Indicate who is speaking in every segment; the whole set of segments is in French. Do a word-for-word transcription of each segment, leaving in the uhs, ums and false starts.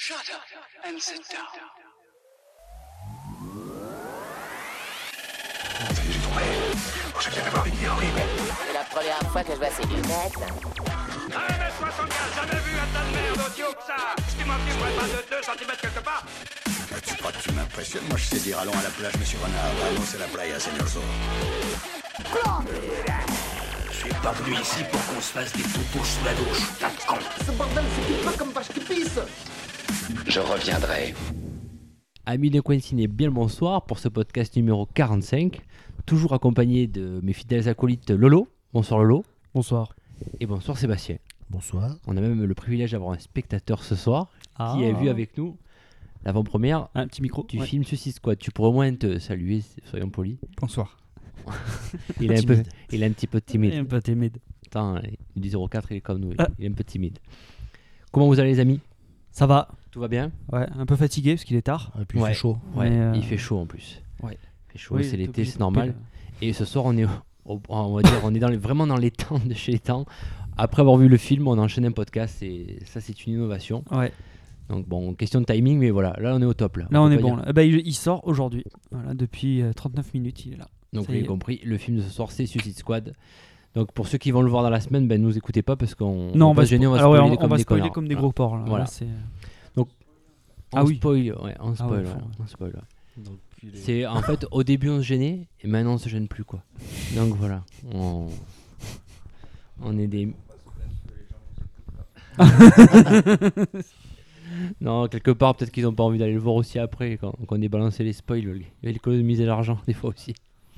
Speaker 1: Shut up and sit down.
Speaker 2: Ça y est, j'ai trouvé. Oh, je viens d'avoir une idée horrible.
Speaker 3: C'est la première fois que je vois ces lunettes.
Speaker 4: un mètre soixante-quinze, jamais vu un tas de merde aussi haut que ça. Dis-moi qu'il ne pas de deux centimètres quelque part.
Speaker 2: Tu crois que tu m'impressionnes? Moi, je sais dire allons à la plage, monsieur Renard. Allons, c'est la playa, señor Zorro.
Speaker 5: Je suis pas venu ici pour qu'on se fasse des toutous sous la douche, tas de con.
Speaker 6: Ce bordel, c'est qui pas comme vache qui pisse.
Speaker 2: Je reviendrai.
Speaker 7: Amis de Coin Ciné, bien le bonsoir pour ce podcast numéro quarante-cinq. Toujours accompagné de mes fidèles acolytes Lolo. Bonsoir Lolo.
Speaker 8: Bonsoir.
Speaker 7: Et bonsoir Sébastien.
Speaker 8: Bonsoir.
Speaker 7: On a même le privilège d'avoir un spectateur ce soir
Speaker 8: Ah.
Speaker 7: qui a vu avec nous l'avant-première
Speaker 8: Un petit micro.
Speaker 7: du
Speaker 8: ouais.
Speaker 7: film Suicide Squad. Tu pourrais au moins te saluer, soyons polis.
Speaker 8: Bonsoir.
Speaker 7: Il est un peu, il est un petit peu timide.
Speaker 8: Un peu timide.
Speaker 7: Attends, il dit zéro quatre, il est comme nous,
Speaker 8: Ah.
Speaker 7: il est un peu timide. Comment vous allez les amis?
Speaker 8: Ça va.
Speaker 7: Tout va bien?
Speaker 8: Ouais, un peu fatigué parce qu'il est tard.
Speaker 9: Et puis
Speaker 7: Ouais.
Speaker 9: il fait chaud.
Speaker 7: Ouais,
Speaker 8: Mais, euh,
Speaker 7: il fait chaud en plus.
Speaker 8: ouais.
Speaker 7: Il fait chaud,
Speaker 8: Oui,
Speaker 7: c'est
Speaker 8: t'es
Speaker 7: l'été,
Speaker 8: obligé
Speaker 7: c'est
Speaker 8: de couper
Speaker 7: normal. Et ce soir, on est, au- on va dire, on est dans les- vraiment dans les temps de chez les temps. Après avoir vu le film, on enchaîne un podcast et ça, c'est une innovation.
Speaker 8: le- Ouais.
Speaker 7: Donc bon, question de timing, mais voilà, là, on est au top. Là,
Speaker 8: Là, on
Speaker 7: peut
Speaker 8: est
Speaker 7: pas
Speaker 8: bon.
Speaker 7: dire-
Speaker 8: Là. Eh ben, il, il sort aujourd'hui. Voilà, depuis euh, trente-neuf minutes, il est là.
Speaker 7: Donc
Speaker 8: Ça
Speaker 7: vous
Speaker 8: y
Speaker 7: avez
Speaker 8: est.
Speaker 7: compris, le film de ce soir, c'est Suicide Squad. Donc pour ceux qui vont le voir dans la semaine, ben nous écoutez pas parce qu'on
Speaker 8: Non,
Speaker 7: on
Speaker 8: on
Speaker 7: va
Speaker 8: va
Speaker 7: se gêner, on va
Speaker 8: alors, ouais,
Speaker 7: spoiler
Speaker 8: on-
Speaker 7: comme
Speaker 8: on va
Speaker 7: des
Speaker 8: spoiler
Speaker 7: connards.
Speaker 8: comme des
Speaker 7: Voilà.
Speaker 8: gros porcs. Là.
Speaker 7: Voilà.
Speaker 8: Là, c'est...
Speaker 7: On
Speaker 8: Ah oui.
Speaker 7: spoil, ouais, on spoil,
Speaker 8: ouais,
Speaker 7: ouais,
Speaker 8: faut-
Speaker 7: on spoil, ouais.
Speaker 9: Donc, il est-
Speaker 7: C'est en fait au début on se gênait et maintenant on se gêne plus quoi. Donc voilà, on, on est des. Non, quelque part peut-être qu'ils ont pas envie d'aller le voir aussi après quand, quand on est balancé les spoils, ils veulent économiser l'argent des fois aussi.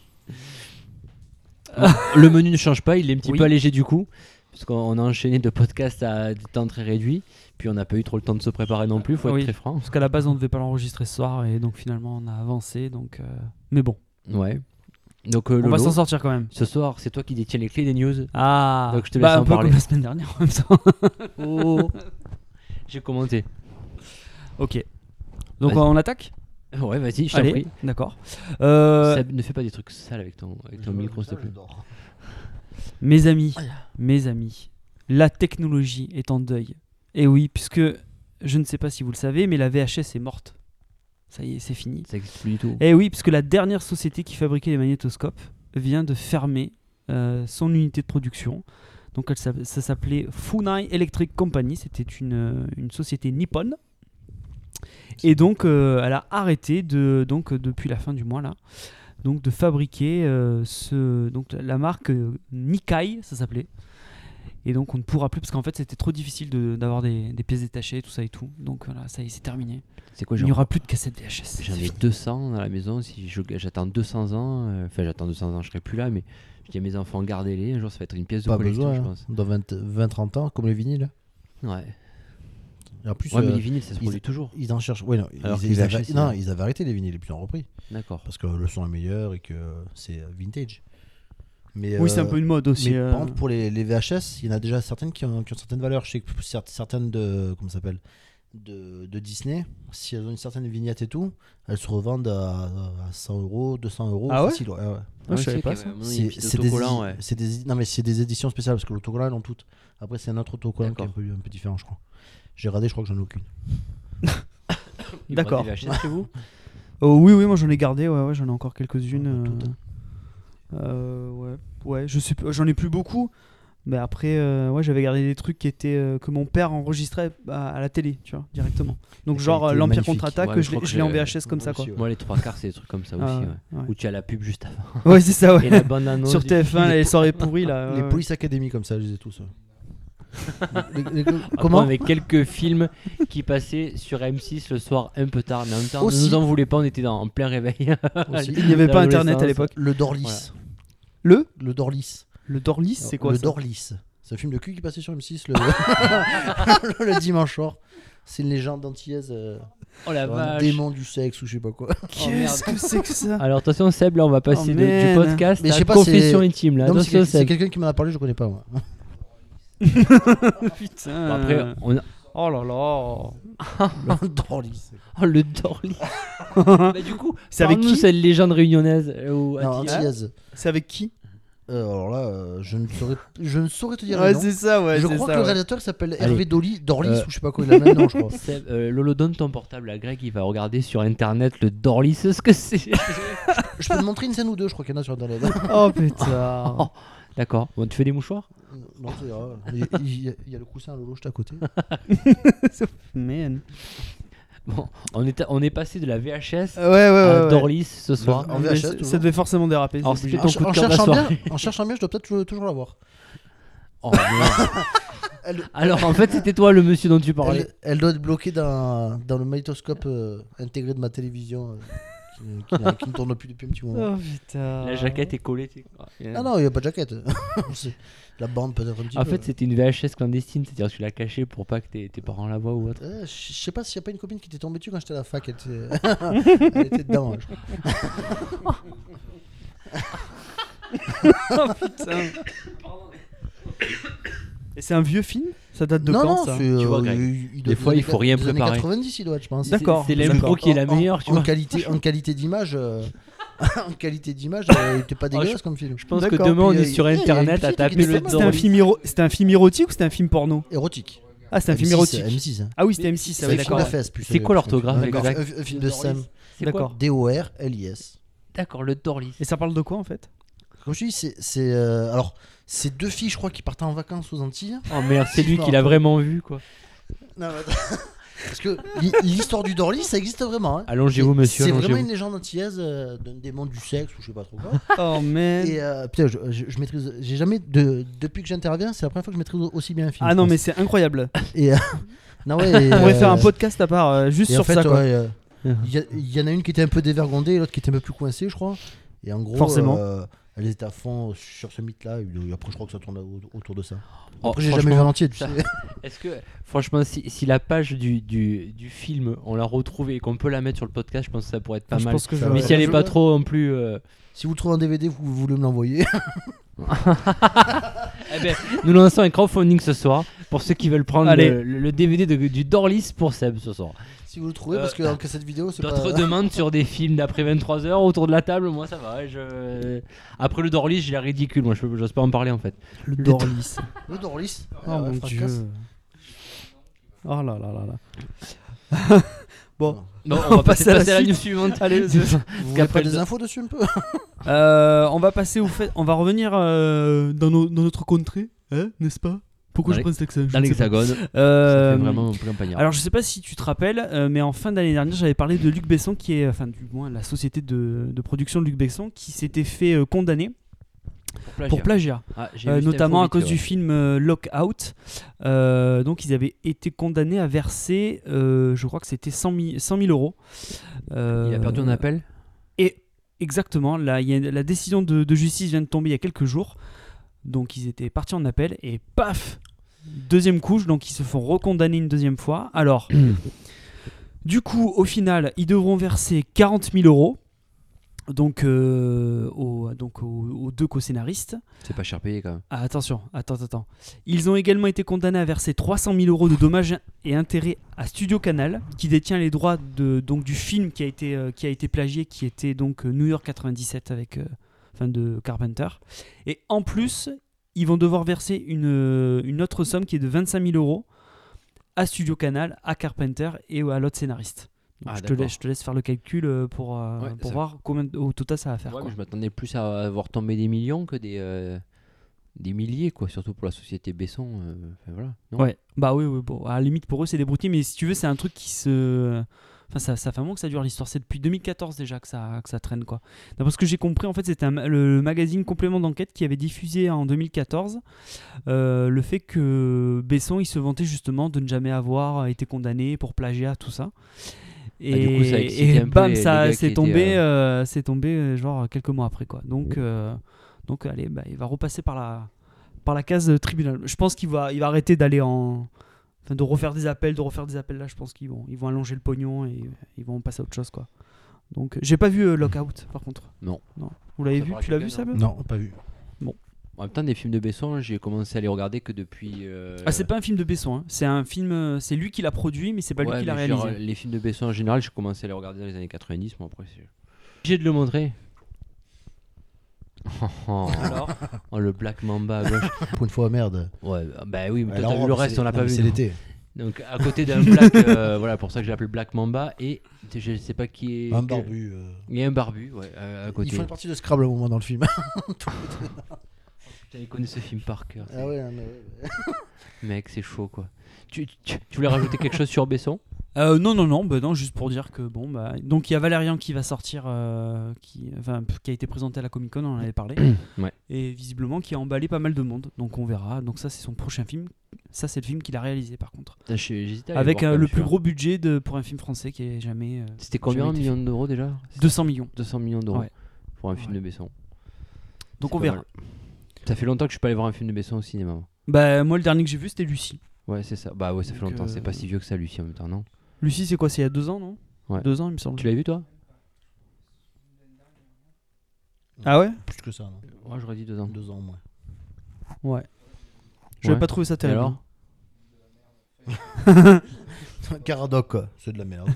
Speaker 7: Alors, le menu ne change pas, il est un petit
Speaker 8: Oui.
Speaker 7: peu allégé du coup parce qu'on a enchaîné de podcasts à des temps très réduits, puis on n'a pas eu trop le temps de se préparer non plus, faut être
Speaker 8: Oui.
Speaker 7: très franc.
Speaker 8: Parce qu'à la base, on devait pas l'enregistrer ce soir et donc finalement, on a avancé. Donc, euh, mais bon,
Speaker 7: Ouais. Donc euh,
Speaker 8: on va
Speaker 7: Lolo,
Speaker 8: s'en sortir quand même.
Speaker 7: ce soir c'est toi qui détiens les clés des news.
Speaker 8: Ah.
Speaker 7: Donc, je te laisse
Speaker 8: bah,
Speaker 7: en
Speaker 8: un peu
Speaker 7: parler.
Speaker 8: comme la semaine dernière en même temps.
Speaker 7: Oh. J'ai commenté.
Speaker 8: Ok. Donc
Speaker 7: Vas-y.
Speaker 8: on attaque.
Speaker 7: Ouais, vas-y, je t'en
Speaker 8: Allez,
Speaker 7: prie.
Speaker 8: d'accord. Euh,
Speaker 7: Seb, ne fais pas des trucs sales avec ton, avec ton micro, s'il te plaît.
Speaker 8: Mes amis, mes amis, la technologie est en deuil. Et oui, puisque je ne sais pas si vous le savez, mais la V H S est morte. Ça y est, c'est fini.
Speaker 7: Ça existe plus du tout.
Speaker 8: Et oui, puisque la dernière société qui fabriquait les magnétoscopes vient de fermer euh, son unité de production. Donc elle, s'app- ça s'appelait Funai Electric Company. C'était une, euh, une société nippone. Et donc euh, elle a arrêté de, donc, euh, depuis la fin du mois là, donc de fabriquer euh, ce, donc, la marque euh, Nikkei, ça s'appelait. Et donc on ne pourra plus, parce qu'en fait c'était trop difficile de- d'avoir des, des pièces détachées, tout ça et tout. Donc voilà, ça y est, c'est terminé.
Speaker 7: C'est quoi,
Speaker 8: Il
Speaker 7: j'en,
Speaker 8: n'y aura plus de cassettes V H S.
Speaker 7: j'en
Speaker 8: C'est
Speaker 7: ai
Speaker 8: fini.
Speaker 7: deux cents dans la maison. Si je- j'attends deux cents ans, euh, enfin j'attends deux cents ans, je serai plus là, mais je dis à mes enfants, gardez-les. Un jour ça va être une pièce de
Speaker 9: Pas
Speaker 7: collection,
Speaker 9: besoin,
Speaker 7: je
Speaker 9: hein.
Speaker 7: pense.
Speaker 9: Dans vingt trente ans, comme les vinyles.
Speaker 7: Ouais.
Speaker 9: Et en plus,
Speaker 7: Ouais, mais
Speaker 9: euh,
Speaker 7: les vinyles, ça se
Speaker 9: ils-
Speaker 7: produit toujours.
Speaker 9: ils en cherchent. Ouais, non,
Speaker 7: Alors
Speaker 9: ils,
Speaker 7: que les
Speaker 9: ils
Speaker 7: V H
Speaker 9: avaient...
Speaker 7: S,
Speaker 9: non,
Speaker 7: ils-
Speaker 9: ils avaient arrêté les vinyles et puis ils ont repris.
Speaker 7: D'accord.
Speaker 9: Parce que le son est meilleur et que c'est euh, vintage. Mais,
Speaker 8: Oui, c'est
Speaker 9: euh,
Speaker 8: un peu une mode aussi.
Speaker 9: Mais
Speaker 8: euh.
Speaker 9: par contre, pour les, les V H S, il y en a déjà certaines qui ont, qui ont certaines valeurs. Je sais que cer- certaines de. Comment ça s'appelle de, de Disney, si elles ont une certaine vignette et tout, elles se revendent à, à cent euros, deux cents euros.
Speaker 8: Ah ouais
Speaker 9: facile, ouais, ouais.
Speaker 8: Ah, je savais
Speaker 7: c'est
Speaker 8: pas
Speaker 7: qu'il y
Speaker 8: ça.
Speaker 7: avait- maintenant, il y a
Speaker 9: C'est
Speaker 7: une petite
Speaker 9: c'est des,
Speaker 7: autocollant,
Speaker 9: édi-
Speaker 7: ouais.
Speaker 9: c'est des- non, mais c'est des éditions spéciales parce que l'autocollant, elles ont toutes. Après, c'est un autre autocollant qui est un
Speaker 7: D'accord.
Speaker 9: peu, un peu différent, je crois. J'ai regardé, je crois que j'en ai aucune.
Speaker 7: Ils
Speaker 8: D'accord.
Speaker 7: vendent des V H S chez vous?
Speaker 8: Oh, oui, oui, moi j'en ai gardé, ouais, ouais, j'en ai encore quelques-unes.
Speaker 9: Toutes.
Speaker 8: euh, euh, ouais, ouais, je sais, pas- j'en ai plus beaucoup, mais après, euh, ouais, j'avais gardé des trucs qui étaient euh, que mon père enregistrait à, à la télé, tu vois, directement. Donc
Speaker 9: La
Speaker 8: genre
Speaker 9: qualité
Speaker 8: euh, l'Empire
Speaker 9: magnifique.
Speaker 8: contre-attaque,
Speaker 7: Ouais, mais
Speaker 8: je
Speaker 7: je
Speaker 8: l'ai
Speaker 7: crois que
Speaker 8: je l'ai en
Speaker 7: j'ai-
Speaker 8: V H S comme ça, quoi.
Speaker 9: aussi, ouais.
Speaker 7: Moi, les trois quarts, c'est des trucs comme ça
Speaker 8: Ah,
Speaker 7: aussi.
Speaker 8: ouais,
Speaker 7: Ouais.
Speaker 8: ouais.
Speaker 7: Où tu as la pub juste avant.
Speaker 8: Ouais, c'est ça, ouais.
Speaker 7: Et la bande annonce.
Speaker 8: Sur
Speaker 7: du
Speaker 8: T F un,
Speaker 7: film.
Speaker 8: les soirées pourries là.
Speaker 9: Les
Speaker 8: ouais.
Speaker 9: Police Academy, comme ça, je les ai tous. ouais. Les- les-
Speaker 7: Après,
Speaker 9: comment
Speaker 7: on avait quelques films qui passaient sur M six le soir un peu tard, mais en même temps,
Speaker 9: Aussi.
Speaker 7: ne nous en voulez pas, on était dans, en plein réveil.
Speaker 9: Aussi.
Speaker 8: Il n'y avait
Speaker 7: Dans
Speaker 8: pas
Speaker 7: l'adolescence.
Speaker 8: internet à l'époque.
Speaker 9: Le Dorlis.
Speaker 8: Le
Speaker 9: Le Dorlis.
Speaker 8: Le Dorlis, c'est quoi
Speaker 9: Le
Speaker 8: ça
Speaker 9: Dorlis. C'est un film de cul qui passait sur M six le, le dimanche soir. C'est une légende d'antillaise. Euh,
Speaker 7: Oh la
Speaker 9: un
Speaker 7: vache.
Speaker 9: démon du sexe ou je sais pas quoi.
Speaker 8: Qu'est-ce que c'est que ça
Speaker 7: Alors attention Seb, là on va passer
Speaker 8: Oh,
Speaker 7: de- du
Speaker 8: man.
Speaker 7: podcast
Speaker 9: Mais je
Speaker 7: à
Speaker 9: sais pas,
Speaker 7: confession
Speaker 9: c'est-
Speaker 7: intime là.
Speaker 9: Non, mais c'est
Speaker 7: Attention
Speaker 9: quel- c'est
Speaker 7: Seb.
Speaker 9: quelqu'un qui m'en a parlé, je connais pas moi.
Speaker 8: Putain.
Speaker 7: Bon, après, on a...
Speaker 8: Oh là là.
Speaker 9: Le Dorlis.
Speaker 7: Oh le Dorly. Bah, du coup,
Speaker 8: C'est avec
Speaker 7: parle-nous
Speaker 8: qui
Speaker 7: cette légende réunionnaise euh, ou
Speaker 9: Non,
Speaker 7: antillaise.
Speaker 9: antillaise.
Speaker 8: C'est avec qui
Speaker 9: Euh, alors là, euh, je ne saurais, je ne saurais te dire
Speaker 8: Ouais,
Speaker 9: le nom.
Speaker 8: c'est ça, ouais.
Speaker 9: je
Speaker 8: c'est
Speaker 9: crois
Speaker 8: ça,
Speaker 9: que le
Speaker 8: ouais.
Speaker 9: réalisateur s'appelle
Speaker 7: Allez.
Speaker 9: Hervé Dolly, Dorlis
Speaker 7: Euh.
Speaker 9: ou je sais pas quoi, il a le même nom, je crois.
Speaker 7: Seb, euh, Lolo, donne ton portable à Greg, il va regarder sur internet le Dorlis, ce que c'est.
Speaker 9: Je peux te montrer une scène ou deux, je crois qu'il y en a sur internet.
Speaker 8: Oh putain.
Speaker 7: Oh, d'accord. Bon, tu fais des mouchoirs?
Speaker 9: Non, c'est grave. Il y, a- il y a- il y a le coussin à Lolo juste à côté.
Speaker 8: Man.
Speaker 7: Bon, on est, on est passé de la V H S
Speaker 8: Ouais, ouais, ouais.
Speaker 7: à
Speaker 8: ouais.
Speaker 7: Dorlis ce soir.
Speaker 9: En
Speaker 8: Mais
Speaker 9: V H S,
Speaker 8: ça-
Speaker 9: toujours.
Speaker 8: ça devait forcément déraper.
Speaker 7: Alors,
Speaker 8: c'est
Speaker 7: c'était
Speaker 8: obligé.
Speaker 7: ton
Speaker 9: En,
Speaker 7: coup de
Speaker 9: en
Speaker 7: cœur de la
Speaker 9: cherchant
Speaker 7: soirée.
Speaker 9: bien, en cherchant bien, je dois peut-être toujours, toujours l'avoir.
Speaker 7: Oh, merde.
Speaker 9: Elle,
Speaker 7: Alors, en fait, c'était toi le monsieur dont tu parlais.
Speaker 9: elle, elle doit être bloquée dans, dans le magnétoscope euh, intégré de ma télévision euh, qui, qui n'a- qui ne tourne plus depuis un petit moment.
Speaker 8: Oh putain.
Speaker 7: La jaquette est collée. tu sais.
Speaker 9: Ah non, il n'y a pas de jaquette. C'est- la bande peut-être un petit
Speaker 7: En
Speaker 9: peu.
Speaker 7: fait, c'était une V H S clandestine, c'est-à-dire que tu l'as cachée pour pas que tes, tes parents la voient ou autre.
Speaker 9: Euh, je je sais pas s'il n'y a pas une copine qui était tombée dessus quand j'étais à la fac. Elle était, elle était dedans, je crois.
Speaker 8: Oh putain. Et c'est un vieux film? Ça date de
Speaker 9: non,
Speaker 8: quand
Speaker 9: non,
Speaker 8: ça
Speaker 9: c'est, euh,
Speaker 7: Tu vois, Greg,
Speaker 9: il- il doit
Speaker 7: des
Speaker 9: être
Speaker 7: fois,
Speaker 9: des
Speaker 7: il faut
Speaker 9: années-
Speaker 7: rien
Speaker 9: des années
Speaker 7: préparer.
Speaker 9: quatre-vingt-dix, il doit être, je pense.
Speaker 7: C'est-
Speaker 8: D'accord.
Speaker 7: C'est l'impro qui est la
Speaker 9: En-
Speaker 7: meilleure, tu
Speaker 9: en,
Speaker 7: vois.
Speaker 9: qualité, en qualité d'image, euh, en qualité d'image, euh, il était pas dégueulasse comme film.
Speaker 7: Je pense que
Speaker 8: D'accord,
Speaker 7: demain, on
Speaker 9: puis,
Speaker 7: est
Speaker 9: euh,
Speaker 7: sur
Speaker 9: il y a- il y a
Speaker 7: internet
Speaker 9: une
Speaker 7: à
Speaker 9: petite
Speaker 7: taper
Speaker 9: qui
Speaker 7: le
Speaker 9: était
Speaker 8: C'était un,
Speaker 7: Dorlis.
Speaker 8: film éro- c'était un film érotique ou c'était un film porno?
Speaker 9: Érotique.
Speaker 8: Ah, c'était un film
Speaker 9: M six,
Speaker 8: érotique.
Speaker 9: M six. Hein.
Speaker 8: Ah oui, c'était M six,
Speaker 9: C'est
Speaker 8: ah
Speaker 9: un
Speaker 8: oui,
Speaker 9: film
Speaker 8: d'accord.
Speaker 9: de
Speaker 8: ouais.
Speaker 9: fesses, plus,
Speaker 7: C'est
Speaker 9: euh,
Speaker 7: quoi
Speaker 9: plus
Speaker 7: l'orthographe,
Speaker 9: un-
Speaker 7: exact
Speaker 9: un, un film de Sam.
Speaker 7: C'est quoi
Speaker 8: D'accord.
Speaker 9: D O R L I S.
Speaker 7: D'accord, le Dorlis.
Speaker 8: Et ça parle de quoi en fait?
Speaker 9: Comme je dis, c'est. c'est, euh, alors, c'est deux filles, je crois, qui partent en vacances aux Antilles.
Speaker 7: Oh merde, c'est lui
Speaker 9: Non.
Speaker 7: qui l'a vraiment vu, quoi.
Speaker 9: Non, mais attends. Parce que l'hi- l'histoire du Dorlis, ça existe vraiment. Hein.
Speaker 7: Allongez-vous,
Speaker 9: C'est-
Speaker 7: monsieur,
Speaker 9: C'est vraiment
Speaker 7: allongez-vous.
Speaker 9: une légende antillaise euh, d'un démon du sexe ou je sais pas trop quoi.
Speaker 8: Oh man.
Speaker 9: Et euh, putain, je, je, je maîtrise. J'ai jamais. De, depuis que j'interviens, c'est la première fois que je maîtrise aussi bien un film.
Speaker 8: Ah
Speaker 9: je
Speaker 8: non,
Speaker 9: pense.
Speaker 8: mais c'est incroyable.
Speaker 9: Et. euh, non, ouais. et,
Speaker 8: On pourrait
Speaker 9: euh,
Speaker 8: faire un podcast à part euh, juste
Speaker 9: et
Speaker 8: sur
Speaker 9: en fait,
Speaker 8: ça quoi.
Speaker 9: ouais, euh, il y, a- il y en a une qui était un peu dévergondée et l'autre qui était un peu plus coincée, je crois. Et en gros,
Speaker 8: Forcément.
Speaker 9: euh, elle était à fond sur ce mythe-là. Et après, je crois que ça tourne au- autour de ça.
Speaker 7: Oh,
Speaker 9: Après, j'ai jamais
Speaker 7: franchement,
Speaker 9: vu en entier, tu
Speaker 7: ça-
Speaker 9: sais.
Speaker 7: Est-ce que, franchement, si, si la page du, du, du film, on l'a retrouvée et qu'on peut la mettre sur le podcast, je pense que ça pourrait être pas
Speaker 8: Je
Speaker 7: mal.
Speaker 8: pense que je
Speaker 9: Ça
Speaker 8: vais-
Speaker 7: Mais si elle est
Speaker 9: je-
Speaker 7: pas trop non plus. euh,
Speaker 9: Si vous le trouvez en D V D, vous, vous voulez me l'envoyer.
Speaker 7: Eh ben, nous lançons un crowdfunding ce soir pour ceux qui veulent prendre
Speaker 8: Allez.
Speaker 7: le, le- le D V D de- du Dorlis pour Seb ce soir.
Speaker 9: Si vous le trouvez,
Speaker 7: Euh,
Speaker 9: parce que dans cette vidéo, c'est pas.
Speaker 7: D'autres demandes sur des films d'après vingt-trois heures autour de la table, moi ça va. Je... Après le Dorlis, j'ai l'air ridicule, moi je peux- j'ose pas en parler en fait.
Speaker 8: Le Dorlis.
Speaker 9: Le Dorlis.
Speaker 8: Oh
Speaker 9: Ah ouais,
Speaker 8: mon
Speaker 9: fracasse.
Speaker 8: dieu. Oh là là là là. Bon,
Speaker 7: Bon,
Speaker 8: On
Speaker 7: on va
Speaker 8: passe
Speaker 7: passer,
Speaker 8: à la
Speaker 7: passer à la
Speaker 8: suite.
Speaker 7: news suivante.
Speaker 8: allez,
Speaker 9: Vous voulez
Speaker 7: qu'après
Speaker 9: pas
Speaker 7: le-
Speaker 9: des infos dessus un peu
Speaker 8: euh, on va passer au fait. On va revenir euh, dans, nos- dans notre contrée, hein, n'est-ce pas? Pourquoi
Speaker 7: Dans
Speaker 8: je
Speaker 7: les-
Speaker 8: prends cet accent? Je
Speaker 7: Dans
Speaker 8: ne sais pas.
Speaker 7: l'hexagone, ça
Speaker 8: Euh,
Speaker 7: fait vraiment plein pagnard.
Speaker 8: Alors je sais pas si tu te rappelles, euh, mais en fin d'année dernière, j'avais parlé de Luc Besson, qui est, enfin du moins la société de, de production de Luc Besson, qui s'était fait euh, condamner pour plagiat,
Speaker 7: Ah, j'ai
Speaker 8: euh,
Speaker 7: vu cette
Speaker 8: notamment
Speaker 7: info
Speaker 8: à cause
Speaker 7: vite
Speaker 8: du
Speaker 7: fait,
Speaker 8: film euh, Lockout. Euh, donc ils avaient été condamnés à verser, euh, je crois que c'était cent mille euros.
Speaker 7: ouais.
Speaker 8: Euh,
Speaker 7: Il a perdu un appel.
Speaker 8: Et exactement, là, il y a, la décision de, de justice vient de tomber il y a quelques jours. Donc ils étaient partis en appel et paf, deuxième couche, donc ils se font recondamner une deuxième fois. Alors, du coup, au final, ils devront verser quarante mille euros. Donc, euh, aux, donc aux, aux deux co-scénaristes.
Speaker 7: C'est pas cher payé quand même.
Speaker 8: Ah, attention, attends, attends. Ils ont également été condamnés à verser trois cent mille euros de dommages et intérêts à Studio Canal, qui détient les droits de, donc, du film qui a été, euh, qui a été plagié, qui était donc euh, New York quatre-vingt-dix-sept avec, euh, enfin, de Carpenter. Et en plus, ils vont devoir verser une, euh, une autre somme qui est de vingt-cinq mille euros à Studio Canal, à Carpenter et à l'autre scénariste. Donc,
Speaker 7: Ah,
Speaker 8: je, te
Speaker 7: d'accord.
Speaker 8: laisse, je te laisse faire le calcul euh, pour, euh,
Speaker 7: Ouais,
Speaker 8: pour
Speaker 7: ça-
Speaker 8: voir combien au total ça va faire.
Speaker 7: Ouais,
Speaker 8: quoi.
Speaker 7: mais je m'attendais plus à voir tomber des millions que des, euh, des milliers, quoi. Surtout pour la société Besson. euh, enfin, voilà. Non
Speaker 8: Ouais, bah oui, oui, bon, à la limite pour eux c'est des broutilles, mais si tu veux, c'est un truc qui se. Enfin, ça, ça fait un moment que ça dure l'histoire, c'est depuis deux mille quatorze déjà que ça, que ça traîne quoi. D'après ce que j'ai compris, en fait, c'était un ma- le magazine Complément d'enquête qui avait diffusé en deux mille quatorze euh, le fait que Besson il se vantait justement de ne jamais avoir été condamné pour plagiat, tout ça. Et,
Speaker 7: Ah, du coup, ça a excité
Speaker 8: et
Speaker 7: un peu
Speaker 8: bam,
Speaker 7: les-
Speaker 8: ça
Speaker 7: les gars qui
Speaker 8: c'est tombé,
Speaker 7: étaient,
Speaker 8: euh, c'est tombé euh, genre quelques mois après quoi. Donc, euh, donc allez, bah, il va repasser par la, par la case euh, tribunal. Je pense qu'il va, il va arrêter d'aller en. Enfin, de refaire des appels, de refaire des appels là, je pense qu'ils vont, ils vont allonger le pognon et euh, ils vont passer à autre chose quoi. Donc, euh, j'ai pas vu euh, Lockout par contre.
Speaker 7: Non.
Speaker 8: Non. Vous l'avez
Speaker 7: Ça
Speaker 8: vu?
Speaker 7: fera
Speaker 8: Tu l'as vu
Speaker 7: quelqu'un,
Speaker 8: ça
Speaker 7: non
Speaker 8: Seb
Speaker 9: Non, pas vu.
Speaker 7: En même temps, des films de Besson, j'ai commencé à les regarder que depuis. euh,
Speaker 8: Ah, c'est pas un film de Besson, hein. C'est un film, euh, c'est lui qui l'a produit, mais c'est pas
Speaker 7: ouais,
Speaker 8: lui qui l'a
Speaker 7: mais genre,
Speaker 8: réalisé.
Speaker 7: les films de Besson en général, j'ai commencé à les regarder dans les années quatre-vingt-dix. Moi, après, c'est obligé de le montrer. Oh,
Speaker 8: Alors
Speaker 7: oh, le Black Mamba à gauche.
Speaker 9: Pour une fois, merde.
Speaker 7: Ouais, bah oui, mais
Speaker 9: Ouais,
Speaker 7: toi,
Speaker 9: la
Speaker 7: t'as vu
Speaker 9: robe,
Speaker 7: le reste,
Speaker 9: c'est-
Speaker 7: on l'a
Speaker 9: non,
Speaker 7: pas
Speaker 9: mais
Speaker 7: vu.
Speaker 9: C'est
Speaker 7: non.
Speaker 9: l'été.
Speaker 7: Donc à côté d'un Black, euh, voilà, pour ça que j'ai appelé Black Mamba et je sais pas qui est.
Speaker 9: Un barbu. euh.
Speaker 7: Il y a un barbu, ouais, à, à côté.
Speaker 9: Ils font une partie de Scrabble à un moment dans le film.
Speaker 7: Putain, il connaît ce film par cœur.
Speaker 9: Ah ouais, mais ouais, ouais.
Speaker 7: Mec, c'est chaud quoi. Tu, tu, tu voulais rajouter quelque chose sur Besson?
Speaker 8: Euh, non, non, non, bah non, juste pour dire que bon, bah, donc il y a Valérian qui va sortir, euh, qui, enfin, qui a été présenté à la Comic Con, on en avait parlé,
Speaker 7: Ouais.
Speaker 8: et visiblement qui a emballé pas mal de monde, donc on verra. Donc ça, c'est son prochain film. Ça, c'est le film qu'il a réalisé par contre,
Speaker 7: Putain, j'ai- j'hésitais à aller
Speaker 8: avec
Speaker 7: voir
Speaker 8: euh,
Speaker 7: quand
Speaker 8: le
Speaker 7: même,
Speaker 8: plus
Speaker 7: celui-là.
Speaker 8: gros budget de pour un film français qui est jamais. euh,
Speaker 7: C'était combien en
Speaker 8: jamais été
Speaker 7: millions d'euros déjà?
Speaker 8: deux cents millions.
Speaker 7: deux cents millions d'euros
Speaker 8: Ouais.
Speaker 7: pour un film
Speaker 8: Ouais.
Speaker 7: de Besson.
Speaker 8: Donc
Speaker 7: C'est
Speaker 8: on
Speaker 7: pas
Speaker 8: verra.
Speaker 7: mal. Ça fait longtemps que je suis pas allé voir un film de Besson au cinéma. moi.
Speaker 8: Bah moi, le dernier que j'ai vu, c'était Lucie.
Speaker 7: Ouais, c'est ça. Bah ouais, ça fait
Speaker 8: Donc,
Speaker 7: longtemps.
Speaker 8: euh,
Speaker 7: C'est pas si vieux que ça, Lucie, en même temps, non?
Speaker 8: Lucie, c'est quoi? C'est il y a deux ans, non?
Speaker 7: Ouais.
Speaker 8: Deux ans, il me semble.
Speaker 7: Tu l'as vu toi?
Speaker 8: Ah ouais?
Speaker 9: Plus que ça, non.
Speaker 7: Ouais, j'aurais dit deux ans.
Speaker 9: Deux ans, moins.
Speaker 8: Ouais. J'avais
Speaker 7: Ouais.
Speaker 8: pas trouvé ça
Speaker 7: Et
Speaker 8: terrible.
Speaker 7: alors?
Speaker 9: Caradoc, quoi. C'est de la merde.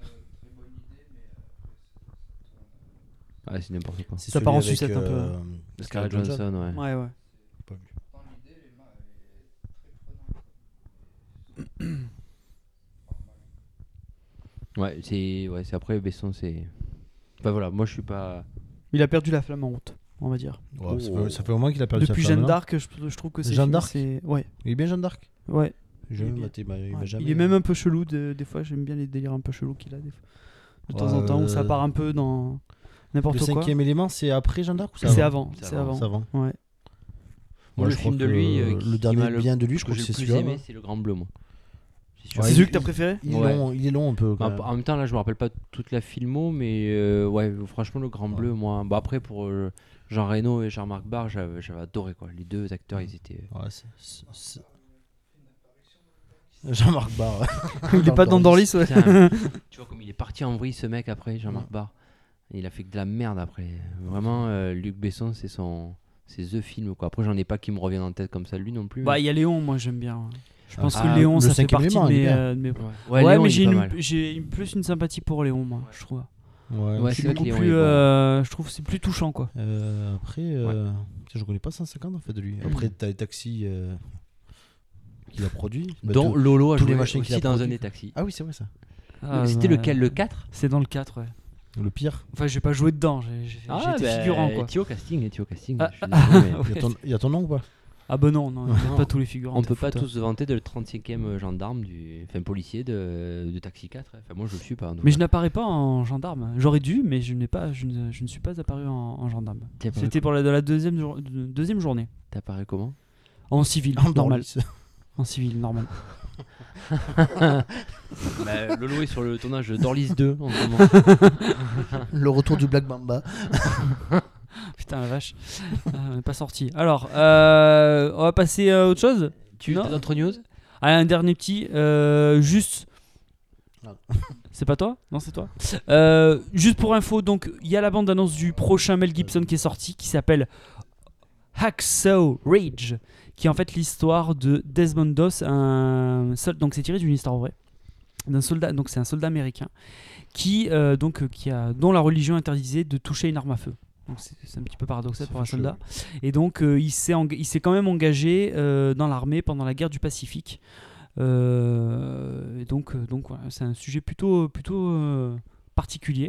Speaker 7: Ah, c'est n'importe quoi.
Speaker 9: C'est
Speaker 8: Ça
Speaker 9: celui
Speaker 8: part en
Speaker 9: avec,
Speaker 8: sucette un peu.
Speaker 9: euh,
Speaker 7: Scarlett
Speaker 9: Scarlett
Speaker 7: Johansson, ouais.
Speaker 8: Ouais, ouais.
Speaker 9: Pas vu.
Speaker 7: Ouais, c'est ouais, c'est après Besson, c'est. Enfin voilà, moi je suis pas.
Speaker 8: Il a perdu la flamme en route, on va dire.
Speaker 9: Ouais, ça,
Speaker 7: Oh.
Speaker 9: fait, ça fait au moins qu'il a perdu
Speaker 8: Depuis
Speaker 9: sa flamme,
Speaker 8: Jeanne
Speaker 9: là.
Speaker 8: d'Arc, je, je trouve que c'est.
Speaker 9: Jeanne d'Arc
Speaker 8: c'est... Ouais,
Speaker 9: Il est bien Jeanne d'Arc.
Speaker 8: ouais.
Speaker 9: J'ai
Speaker 8: Il est
Speaker 9: jamais
Speaker 8: bien.
Speaker 9: maté, il m'a- il m'a
Speaker 8: Ouais.
Speaker 9: jamais-
Speaker 8: Il est même un peu chelou de- des fois, j'aime bien les délires un peu chelous qu'il a des fois. De temps en
Speaker 9: Ouais,
Speaker 8: temps où ça
Speaker 9: euh,
Speaker 8: part un peu dans n'importe
Speaker 9: Le
Speaker 8: quoi.
Speaker 9: cinquième élément, c'est après Jeanne d'Arc ou
Speaker 8: C'est avant,
Speaker 7: C'est
Speaker 8: c'est
Speaker 7: avant,
Speaker 8: avant.
Speaker 9: C'est avant.
Speaker 8: Ouais.
Speaker 7: Moi, le
Speaker 9: je
Speaker 7: film
Speaker 9: crois
Speaker 7: de
Speaker 9: que
Speaker 7: lui, euh, qui-
Speaker 9: le
Speaker 7: qui
Speaker 9: dernier
Speaker 7: m'a le-
Speaker 9: bien de lui, je
Speaker 7: que
Speaker 9: crois que
Speaker 7: j'ai
Speaker 9: c'est
Speaker 7: le plus
Speaker 9: celui-là.
Speaker 7: aimé, c'est le Grand Bleu, moi. C'est sûr.
Speaker 9: Ouais,
Speaker 8: C'est
Speaker 9: il-
Speaker 8: celui que t'as préféré?
Speaker 9: Il est,
Speaker 7: Ouais.
Speaker 9: long, il est long un peu. quand
Speaker 7: En,
Speaker 9: même.
Speaker 7: en même temps, là, je me rappelle pas toute la filmo, mais euh, ouais, franchement, le Grand Bleu, moi. Bah après, pour euh, Jean Reno et Jean-Marc Barr, j'avais j'avais adoré quoi. Les deux acteurs, ils étaient.
Speaker 9: Ouais, c'est- c'est- c'est- Jean-Marc Barr.
Speaker 8: Il est pas dans Dorlis, ouais.
Speaker 7: Putain, tu vois comme il est parti en vrille ce mec après, Jean-Marc Barr. Il a fait que de la merde après. Vraiment, euh, Luc Besson, c'est son, c'est the film quoi. Après, j'en ai pas qui me reviennent en tête comme ça lui non plus.
Speaker 8: Bah,
Speaker 7: mais-
Speaker 8: il y a Léon, moi j'aime bien. Je pense
Speaker 7: Ah,
Speaker 8: que Léon,
Speaker 9: le
Speaker 8: ça fait
Speaker 9: cinquième
Speaker 8: partie
Speaker 9: élément,
Speaker 8: de
Speaker 9: il est
Speaker 8: mes.
Speaker 9: bien.
Speaker 8: euh, de mes-
Speaker 7: Ouais,
Speaker 8: Ouais,
Speaker 7: Léon,
Speaker 8: mais
Speaker 7: il est
Speaker 8: j'ai
Speaker 7: pas
Speaker 8: une,
Speaker 7: mal.
Speaker 8: j'ai plus une sympathie pour Léon, moi, je trouve.
Speaker 9: Ouais,
Speaker 7: Ouais,
Speaker 8: C'est
Speaker 7: c'est vrai que
Speaker 8: beaucoup
Speaker 7: Léon,
Speaker 8: plus.
Speaker 7: il est bon.
Speaker 8: euh, je trouve que c'est plus touchant, quoi.
Speaker 9: Euh, après, euh, tiens, je connais pas cent cinquante en fait de lui. Après, t'as les taxis euh, qu'il a produits. Bah,
Speaker 7: Dont
Speaker 9: tout-
Speaker 7: Lolo a
Speaker 9: tous les
Speaker 7: joué
Speaker 9: machins qu'il
Speaker 7: aussi
Speaker 9: a
Speaker 7: dans un
Speaker 9: produits,
Speaker 7: des
Speaker 9: quoi.
Speaker 7: taxis.
Speaker 9: Ah oui, c'est vrai ça.
Speaker 8: Ah,
Speaker 7: C'était
Speaker 8: bah,
Speaker 7: lequel, le quatre?
Speaker 8: C'est dans le quatre, ouais.
Speaker 9: Le pire.
Speaker 8: Enfin, j'ai pas joué dedans, j'ai j'ai fait- j'ai été
Speaker 7: bah,
Speaker 8: figurant, quoi.
Speaker 7: Thio Casting, Thio Casting.
Speaker 8: Ah,
Speaker 7: je suis désolé, mais
Speaker 9: Il y a ton, il y a ton nom ou pas?
Speaker 8: Ah bah non, non,
Speaker 7: Non.
Speaker 8: pas tous les figurants.
Speaker 7: On peut
Speaker 8: t'es
Speaker 7: pas
Speaker 8: foutu.
Speaker 7: tous se vanter de le trente-cinquième gendarme, du... enfin policier de, de Taxi quatre. hein. Enfin, moi, je le suis pas. donc.
Speaker 8: Mais je n'apparais pas en gendarme. J'aurais dû, mais je, n'ai pas, je, ne, je ne suis pas apparu en, en gendarme.
Speaker 7: T'es apparu
Speaker 8: C'était pour la, de la deuxième, jour- de- deuxième journée.
Speaker 7: T'apparais comment?
Speaker 8: En civil,
Speaker 9: En
Speaker 8: normal.
Speaker 9: Dorlis.
Speaker 8: En civil, normal.
Speaker 7: Bah, Lolo est sur le tournage de Dorlis deux en ce moment.
Speaker 9: Le retour du Black Mamba.
Speaker 8: Putain, la vache. Euh, on n'est pas sorti. Alors, euh, on va passer à autre chose.
Speaker 7: Tu
Speaker 8: Non.
Speaker 7: as d'autres news?
Speaker 8: Allez, un dernier petit. euh, juste.
Speaker 9: Ah.
Speaker 8: C'est pas toi? Non, c'est toi. Euh, juste pour info, donc il y a la bande annonce du prochain Mel Gibson qui est sorti, qui s'appelle Hacksaw Ridge, qui est en fait l'histoire de Desmond Doss, un sol- donc c'est tiré d'une histoire vraie d'un soldat. Donc c'est un soldat américain qui euh, donc euh, qui a dont la religion interdisait de toucher une arme à feu. Donc c'est c'est un petit peu paradoxal
Speaker 9: Ça
Speaker 8: pour un
Speaker 9: fait
Speaker 8: soldat. Et donc euh, il s'est eng- il s'est quand même engagé euh, dans l'armée pendant la guerre du Pacifique. Euh, et donc, euh, donc voilà, c'est un sujet plutôt, plutôt euh, particulier.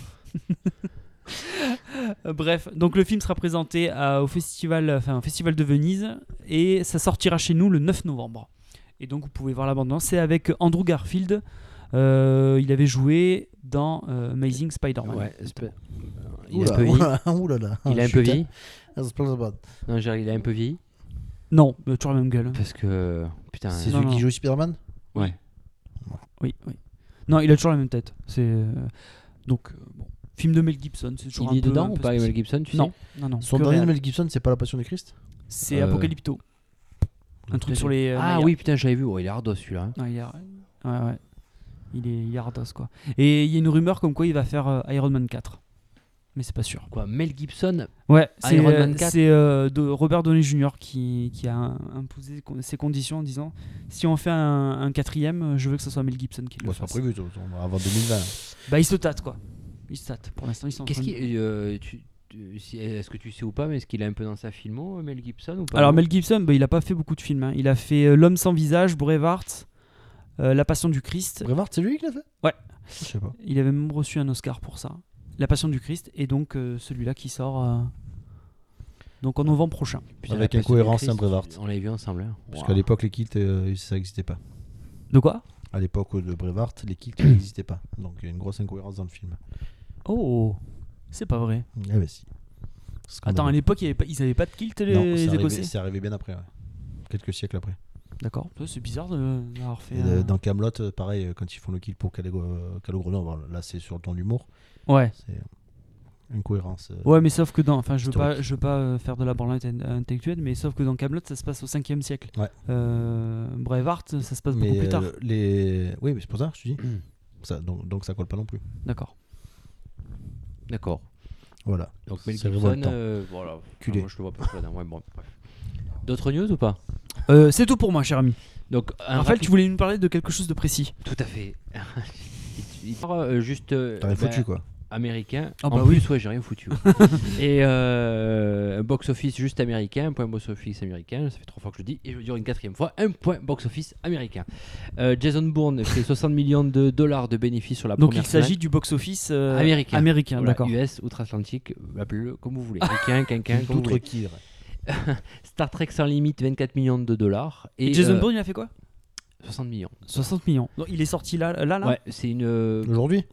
Speaker 8: Euh, Bref, donc le film sera présenté à- au festival, enfin, au festival de Venise et ça sortira chez nous le neuf novembre. Et donc vous pouvez voir la bande-annonce. C'est avec Andrew Garfield. Euh, il avait joué dans euh, Amazing Spider-Man.
Speaker 7: Ouais, espè- il a
Speaker 9: Oula,
Speaker 7: un peu vieilli.
Speaker 9: oula, oula là.
Speaker 7: Il a un
Speaker 9: Je
Speaker 7: peu
Speaker 9: suis
Speaker 7: vieilli.
Speaker 9: ta- C'est pas la bonne.
Speaker 7: Non, je veux dire, il a un peu vieilli.
Speaker 8: Non, il a toujours la même gueule.
Speaker 7: Parce que. Putain.
Speaker 9: C'est
Speaker 8: Non,
Speaker 9: celui
Speaker 8: non.
Speaker 9: qui joue Spider-Man.
Speaker 7: Ouais.
Speaker 8: Oui, oui. Non, il a toujours la même tête. C'est euh, donc euh, bon. Film de Mel Gibson. C'est toujours
Speaker 7: Il
Speaker 8: un
Speaker 7: est
Speaker 8: peu,
Speaker 7: dedans
Speaker 8: un
Speaker 7: ou
Speaker 8: peu
Speaker 7: pas,
Speaker 8: spécial.
Speaker 7: Mel Gibson, tu
Speaker 8: Non,
Speaker 7: sais?
Speaker 8: non, non.
Speaker 9: Son
Speaker 8: que
Speaker 9: dernier
Speaker 8: réel.
Speaker 9: Mel Gibson, c'est pas La Passion de Christ.
Speaker 8: C'est
Speaker 7: Euh,
Speaker 8: Apocalypto. Un truc sur les. euh,
Speaker 7: Ah
Speaker 8: Mayas.
Speaker 7: oui, putain, j'avais vu. Oh, il est hardos celui-là. hein.
Speaker 8: Ouais, il, est... ouais, ouais. il est, il est hardos, quoi. Et il y a une rumeur comme quoi il va faire euh, Iron Man quatre. Mais c'est pas sûr.
Speaker 7: Quoi, Mel Gibson?
Speaker 8: Ouais, c'est,
Speaker 7: Iron
Speaker 8: euh,
Speaker 7: Man quatre.
Speaker 8: c'est euh, de Robert Downey junior qui, qui a un- imposé con- ses conditions en disant si on fait un, un quatrième, je veux que ce soit Mel Gibson qui le
Speaker 9: Bon, c'est pas
Speaker 8: fasse.
Speaker 9: prévu, ça, ça, avant deux mille vingt.
Speaker 8: Bah, il se tâte, quoi. Il se tâte. Pour l'instant, ils sont en
Speaker 7: Qu'est-ce
Speaker 8: train
Speaker 7: qui.
Speaker 8: de-
Speaker 7: euh, tu... tu- si- est-ce que tu sais ou pas, mais est-ce qu'il a un peu dans sa filmo, Mel Gibson ou pas?
Speaker 8: Alors
Speaker 7: non
Speaker 8: Mel Gibson, bah, il a pas fait beaucoup de films. hein. Il a fait euh, L'homme sans visage, Braveheart, euh, La Passion du Christ.
Speaker 9: Brevard, c'est lui qui l'a fait?
Speaker 8: Ouais.
Speaker 9: Je sais pas.
Speaker 8: Il avait même reçu un Oscar pour ça. La Passion du Christ et donc euh, celui-là qui sort euh, donc en novembre prochain.
Speaker 7: Putain,
Speaker 9: Avec
Speaker 7: La Passion
Speaker 9: incohérence,
Speaker 7: du Christ,
Speaker 9: un Brevard.
Speaker 7: On l'avait vu ensemble. Hein.
Speaker 9: Parce
Speaker 7: Wow.
Speaker 9: qu'à l'époque, les kilts, euh, ça n'existait pas.
Speaker 8: De quoi?
Speaker 9: À l'époque de Brevard, les kilts n'existaient pas. Donc il y a une grosse incohérence dans le film.
Speaker 8: Oh, c'est pas vrai.
Speaker 9: Ah bah si. Scandaleux.
Speaker 8: Attends, à l'époque, il y avait pas- ils avaient pas de kilt les,
Speaker 9: Non,
Speaker 8: les
Speaker 9: c'est arrivé,
Speaker 8: Écossais.
Speaker 9: c'est arrivé bien après, ouais. Quelques siècles après.
Speaker 8: D'accord. Ça, c'est bizarre de- d'avoir fait.
Speaker 9: Et
Speaker 8: euh,
Speaker 9: euh, dans Camelot, pareil, euh, quand ils font le kill pour Calogrenant, euh, Calogrenant, là c'est sur le ton d'humour,
Speaker 8: Ouais.
Speaker 9: c'est une cohérence. euh,
Speaker 8: Ouais, mais sauf que dans, enfin, je veux pas,
Speaker 9: historique.
Speaker 8: je veux pas euh, faire de la branlette in- intellectuelle, mais sauf que dans Camelot, ça se passe au cinquième siècle.
Speaker 9: Ouais.
Speaker 8: Euh, Braveheart, ça se passe
Speaker 9: mais
Speaker 8: beaucoup plus tard.
Speaker 9: euh, les... Oui, mais c'est pour ça, je te dis. ça, donc, donc ça colle pas non plus.
Speaker 8: D'accord.
Speaker 7: D'accord.
Speaker 9: Voilà.
Speaker 7: Donc Mel
Speaker 9: C'est
Speaker 7: Gibson,
Speaker 9: révoltant.
Speaker 7: euh, voilà.
Speaker 9: Culé.
Speaker 7: Ah, moi, je le vois pas là-dedans. Ouais, bon, bref. D'autres news ou pas?
Speaker 8: Euh, c'est tout pour moi, cher ami.
Speaker 7: Donc, un
Speaker 8: Raphaël,
Speaker 7: rapide-
Speaker 8: tu voulais nous parler de quelque chose de précis.
Speaker 7: Tout à fait. Euh, juste. euh,
Speaker 9: T'as rien
Speaker 7: ben,
Speaker 9: foutu quoi.
Speaker 7: Américain.
Speaker 8: Ah
Speaker 7: en
Speaker 8: bah
Speaker 7: plus,
Speaker 8: oui.
Speaker 7: ouais, j'ai rien foutu. ouais. Et euh, un box-office juste américain, un point box-office américain, ça fait trois fois que je le dis, et je veux dire une quatrième fois, un point box-office américain. Euh, Jason Bourne fait soixante millions de dollars de bénéfices sur la
Speaker 8: Donc
Speaker 7: première
Speaker 8: il s'agit
Speaker 7: semaine.
Speaker 8: du box-office euh,
Speaker 7: Américain.
Speaker 8: américain,
Speaker 7: Voilà,
Speaker 8: d'accord.
Speaker 7: U S, outre-Atlantique, appelez-le comme vous voulez. Américain, quinquin, comme vous
Speaker 9: Tout
Speaker 7: voulez.
Speaker 9: requis.
Speaker 7: Star Trek sans limite, vingt-quatre millions de dollars. Et,
Speaker 8: Et Jason
Speaker 7: euh,
Speaker 8: Bourne, il a fait quoi?
Speaker 7: soixante millions.
Speaker 8: soixante millions. Donc il est sorti là, là, là
Speaker 7: Ouais, c'est une. euh,
Speaker 9: Aujourd'hui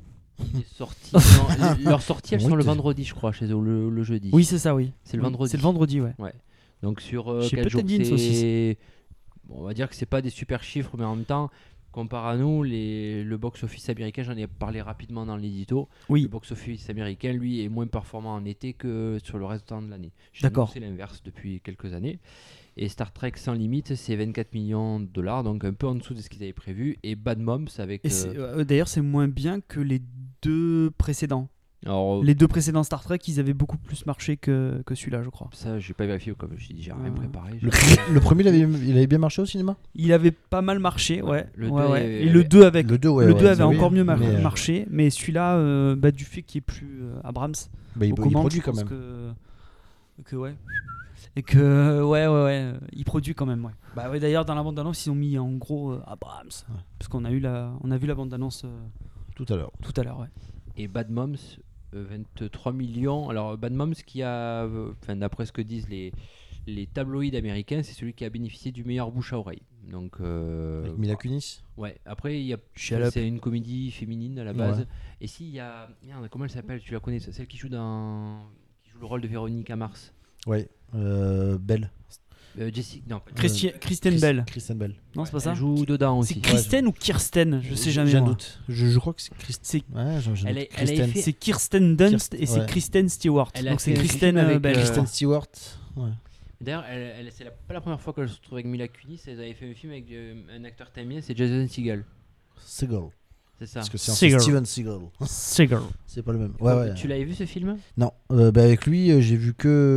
Speaker 7: il est sorti- non, leur sortie, elles
Speaker 9: Oui,
Speaker 7: sont le
Speaker 9: t'es-
Speaker 7: vendredi, je crois, chez eux, ou le, le jeudi.
Speaker 8: Oui, c'est ça, oui.
Speaker 7: C'est le
Speaker 8: Oui,
Speaker 7: vendredi.
Speaker 8: C'est le vendredi, ouais.
Speaker 7: Donc sur euh,
Speaker 8: J'ai
Speaker 7: quel
Speaker 8: peut-être
Speaker 7: jour
Speaker 8: dit une
Speaker 7: c'est... Bon, on va dire que c'est pas des super chiffres, mais en même temps, comparé à nous, les... le box-office américain, j'en ai parlé rapidement dans l'édito. Le
Speaker 8: Oui,
Speaker 7: box-office américain, lui, est moins performant en été que sur le reste du temps de l'année. Chez
Speaker 8: D'accord.
Speaker 7: nous, c'est l'inverse depuis quelques années. Et Star Trek sans limite, c'est vingt-quatre millions de dollars, donc un peu en dessous de ce qu'ils avaient prévu. Et Bad Moms avec.
Speaker 8: et
Speaker 7: euh,
Speaker 8: c'est- euh, d'ailleurs c'est moins bien que les deux précédents.
Speaker 7: Alors,
Speaker 8: Les deux précédents Star Trek, ils avaient beaucoup plus marché que, que celui-là, je crois.
Speaker 7: ça, j'ai pas vérifié, comme je dis, j'ai rien
Speaker 8: Ouais.
Speaker 7: préparé.
Speaker 9: Le,
Speaker 7: j'ai-
Speaker 9: premier- le premier, il avait, il avait bien marché au cinéma.
Speaker 8: Il avait pas mal marché, ouais.
Speaker 7: Le
Speaker 8: ouais,
Speaker 7: deux
Speaker 8: ouais.
Speaker 7: avait-
Speaker 8: Et le deux avec.
Speaker 9: Le deux, ouais,
Speaker 8: le
Speaker 9: ouais,
Speaker 8: deux avait
Speaker 9: ça, oui.
Speaker 8: encore mieux mar-
Speaker 9: Mais, euh,
Speaker 8: marché, mais celui-là, euh, bah, du fait qu'il n'y ait plus euh, Abrams
Speaker 9: bah, il,
Speaker 8: aux
Speaker 9: il
Speaker 8: commandes,
Speaker 9: produit
Speaker 8: je
Speaker 9: quand
Speaker 8: pense
Speaker 9: même.
Speaker 8: Que, que ouais. Et que, ouais, ouais, ouais, euh, il produit quand même, ouais. Bah ouais, d'ailleurs, dans la bande-annonce, ils ont mis en gros euh, Abrams.
Speaker 9: Ouais.
Speaker 8: Parce qu'on a eu la, on a vu la bande-annonce euh,
Speaker 9: Tout à l'heure.
Speaker 8: tout à l'heure, ouais.
Speaker 7: Et Bad Moms, euh, vingt-trois millions. Alors, Bad Moms, qui a, euh, enfin, d'après ce que disent les, les tabloïds américains, c'est celui qui a bénéficié du meilleur bouche à oreille. Donc, euh,
Speaker 9: Avec Mila Kunis.
Speaker 7: ouais. Après, il y a,
Speaker 8: Shut up.
Speaker 7: c'est une comédie féminine à la base.
Speaker 9: Ouais.
Speaker 7: Et si il y a, merde, comment elle s'appelle? Tu la connais, c'est celle qui joue dans, qui joue le rôle de Véronique à Mars.
Speaker 9: Ouais. Euh, Belle.
Speaker 7: Euh, Jessie, non.
Speaker 8: Christi-
Speaker 9: Euh,
Speaker 8: Kristen
Speaker 9: Chris-
Speaker 8: Bell.
Speaker 9: Kristen Bell.
Speaker 8: Non, c'est pas
Speaker 7: Elle
Speaker 8: ça.
Speaker 7: joue dedans
Speaker 8: C'est
Speaker 7: aussi.
Speaker 8: Kristen ou Kirsten, je sais jamais.
Speaker 9: J'ai un
Speaker 8: moi.
Speaker 9: doute. Je, je crois que c'est Kristen.
Speaker 8: C'est
Speaker 9: Ouais, j'ai j'ai un
Speaker 7: Elle
Speaker 9: doute.
Speaker 7: est- elle a
Speaker 9: Kristen.
Speaker 7: fait-
Speaker 8: c'est Kirsten Dunst
Speaker 9: Kirst-
Speaker 8: et c'est
Speaker 9: ouais.
Speaker 8: Kristen Stewart.
Speaker 7: Elle a
Speaker 8: Donc c'est
Speaker 7: fait un
Speaker 8: Kristen
Speaker 7: film avec,
Speaker 8: euh, Bell.
Speaker 7: euh,
Speaker 9: Kristen Stewart. Ouais.
Speaker 7: D'ailleurs, elle, elle- c'est la- pas la première fois qu'elle se retrouve avec Mila Kunis. Elle avait fait un film avec euh, un acteur que t'aimes bien, c'est Jason Segel.
Speaker 9: Seagal.
Speaker 7: C'est ça.
Speaker 9: Parce que c'est un
Speaker 8: Seagal.
Speaker 9: Steven Seagal.
Speaker 8: Seagal.
Speaker 9: C'est pas le même. Ouais, ouais.
Speaker 7: Tu l'avais vu ce film?
Speaker 9: Non, euh, bah, avec lui, euh, j'ai vu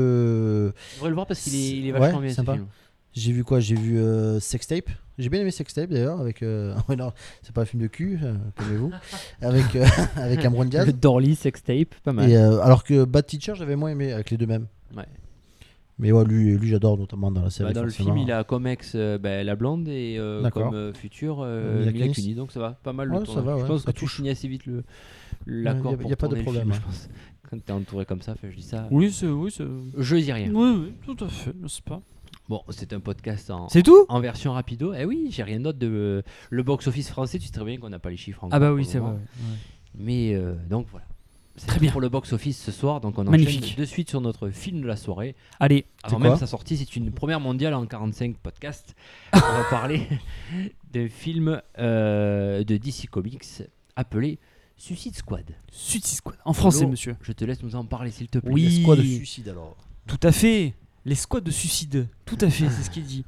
Speaker 9: que.
Speaker 7: Tu devrais le voir parce qu'il est, il est
Speaker 9: Ouais,
Speaker 7: vachement bien
Speaker 9: sympa.
Speaker 7: ce film.
Speaker 9: J'ai vu quoi? J'ai vu euh, Sextape. J'ai bien aimé Sextape d'ailleurs. Avec. Euh... ouais, non, c'est pas un film de cul, euh, calmez-vous. avec, euh, avec Cameron Diaz.
Speaker 7: Le Dorley Sextape, pas mal.
Speaker 9: Et, euh, alors que Bad Teacher, j'avais moins aimé avec les deux mêmes.
Speaker 7: Ouais.
Speaker 9: Mais ouais, lui, lui j'adore notamment dans la série.
Speaker 7: Bah, dans le
Speaker 9: forcément.
Speaker 7: film, il a comme ex euh, bah, la blonde et euh,
Speaker 9: D'accord.
Speaker 7: comme euh, future euh,
Speaker 9: Mila
Speaker 7: Mila
Speaker 9: Kunis.
Speaker 7: Kunis. Donc ça va, pas mal
Speaker 9: Ouais,
Speaker 7: le
Speaker 9: ça
Speaker 7: tournage.
Speaker 9: va,
Speaker 7: Je
Speaker 9: ouais,
Speaker 7: pense
Speaker 9: ça
Speaker 7: que tu
Speaker 9: touche.
Speaker 7: finis assez vite le l'accord
Speaker 9: y a-
Speaker 7: pour
Speaker 9: y a pas de
Speaker 7: tourner le
Speaker 9: problème,
Speaker 7: film,
Speaker 9: ouais.
Speaker 7: je pense. Quand t'es entouré comme ça, fait, je dis ça.
Speaker 8: Oui, c'est oui, c'est.
Speaker 7: Je dis rien.
Speaker 8: Oui, oui, tout à fait. Je sais pas.
Speaker 7: Bon, c'est un podcast en,
Speaker 8: C'est tout?
Speaker 7: en version rapido. Eh oui, j'ai rien d'autre de le box-office français. Tu sais très bien qu'on n'a pas les chiffres encore.
Speaker 8: Ah bah
Speaker 7: pour
Speaker 8: oui,
Speaker 7: le
Speaker 8: c'est vrai.
Speaker 7: moment.
Speaker 8: ouais.
Speaker 7: Mais euh, donc voilà. C'est
Speaker 8: Très
Speaker 7: tout
Speaker 8: bien.
Speaker 7: pour le box-office ce soir. Donc on
Speaker 8: Magnifique.
Speaker 7: enchaîne de suite sur notre film de la soirée.
Speaker 8: Allez,
Speaker 7: Avant
Speaker 9: C'est
Speaker 7: même
Speaker 9: quoi
Speaker 7: sa sortie, c'est une première mondiale en quarante-cinq podcasts. On va parler d'un film euh, de D C Comics appelé Suicide Squad.
Speaker 8: Suicide Squad. En français,
Speaker 7: Lolo,
Speaker 8: monsieur.
Speaker 7: Je te laisse nous en parler s'il te plaît.
Speaker 8: Oui.
Speaker 9: Les squads de suicide alors.
Speaker 8: Tout à fait. Les squads de suicide. Tout à fait, c'est ce qu'il dit.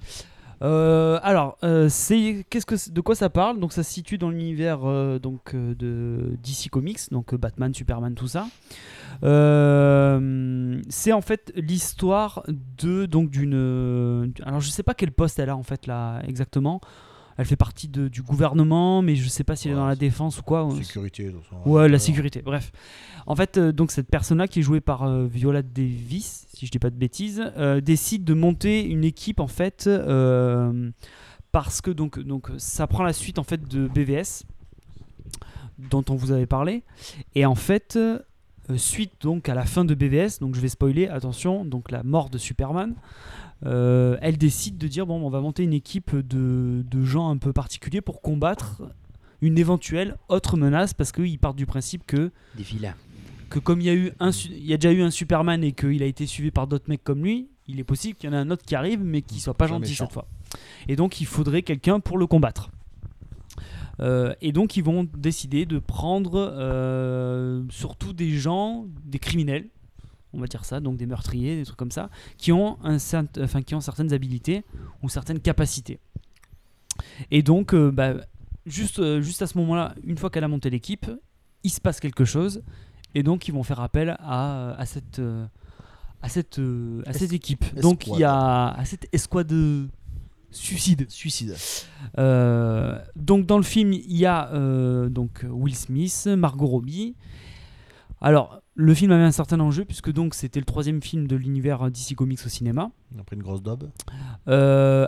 Speaker 8: Euh, alors, euh, c'est qu'est-ce que c'est- de quoi ça parle? Donc, ça se situe dans l'univers euh, donc euh, de D C Comics, donc euh, Batman, Superman, tout ça. Euh, c'est en fait l'histoire de donc d'une. Alors, je sais pas quel poste elle a en fait là exactement. elle fait partie de, du gouvernement, mais je sais pas si elle est
Speaker 9: Ouais,
Speaker 8: dans la défense ou quoi.
Speaker 9: Sécurité, de toute façon.
Speaker 8: Ouais, la
Speaker 9: Ouais.
Speaker 8: sécurité, bref. En fait, euh, donc cette personne-là, qui est jouée par euh, Viola Davis, si je dis pas de bêtises, euh, décide de monter une équipe, en fait, euh, parce que donc, donc, ça prend la suite, en fait, de B V S, dont on vous avait parlé. Et en fait, euh, suite donc à la fin de B V S, donc je vais spoiler, attention, donc la mort de Superman, euh, elle décide de dire, bon, on va monter une équipe de, de gens un peu particuliers pour combattre une éventuelle autre menace, parce qu'ils partent du principe que,
Speaker 7: Des vilains.
Speaker 8: que comme il y, a eu un, su- il y a déjà eu un Superman et qu'il a été suivi par d'autres mecs comme lui, il est possible qu'il y en ait un autre qui arrive, mais qui soit pas
Speaker 9: Soit
Speaker 8: gentil
Speaker 9: méchant.
Speaker 8: cette fois. Et donc il faudrait quelqu'un pour le combattre. Euh, et donc ils vont décider de prendre euh, surtout des gens, des criminels, on va dire ça, donc des meurtriers, des trucs comme ça, qui ont, un, cert- enfin, qui ont certaines habilités ou certaines capacités. Et donc, euh, bah, juste, euh, juste à ce moment-là, une fois qu'elle a monté l'équipe, il se passe quelque chose, et donc ils vont faire appel à, à cette, euh, à cette, euh, à cette
Speaker 9: Es-
Speaker 8: équipe.
Speaker 9: escouade.
Speaker 8: Donc il y a à cette escouade suicide.
Speaker 9: Suicide.
Speaker 8: Euh, donc dans le film, il y a euh, donc Will Smith, Margot Robbie. Alors, le film avait un certain enjeu puisque donc c'était le troisième film de l'univers D C Comics au cinéma.
Speaker 9: On a pris une grosse daube.
Speaker 8: Euh,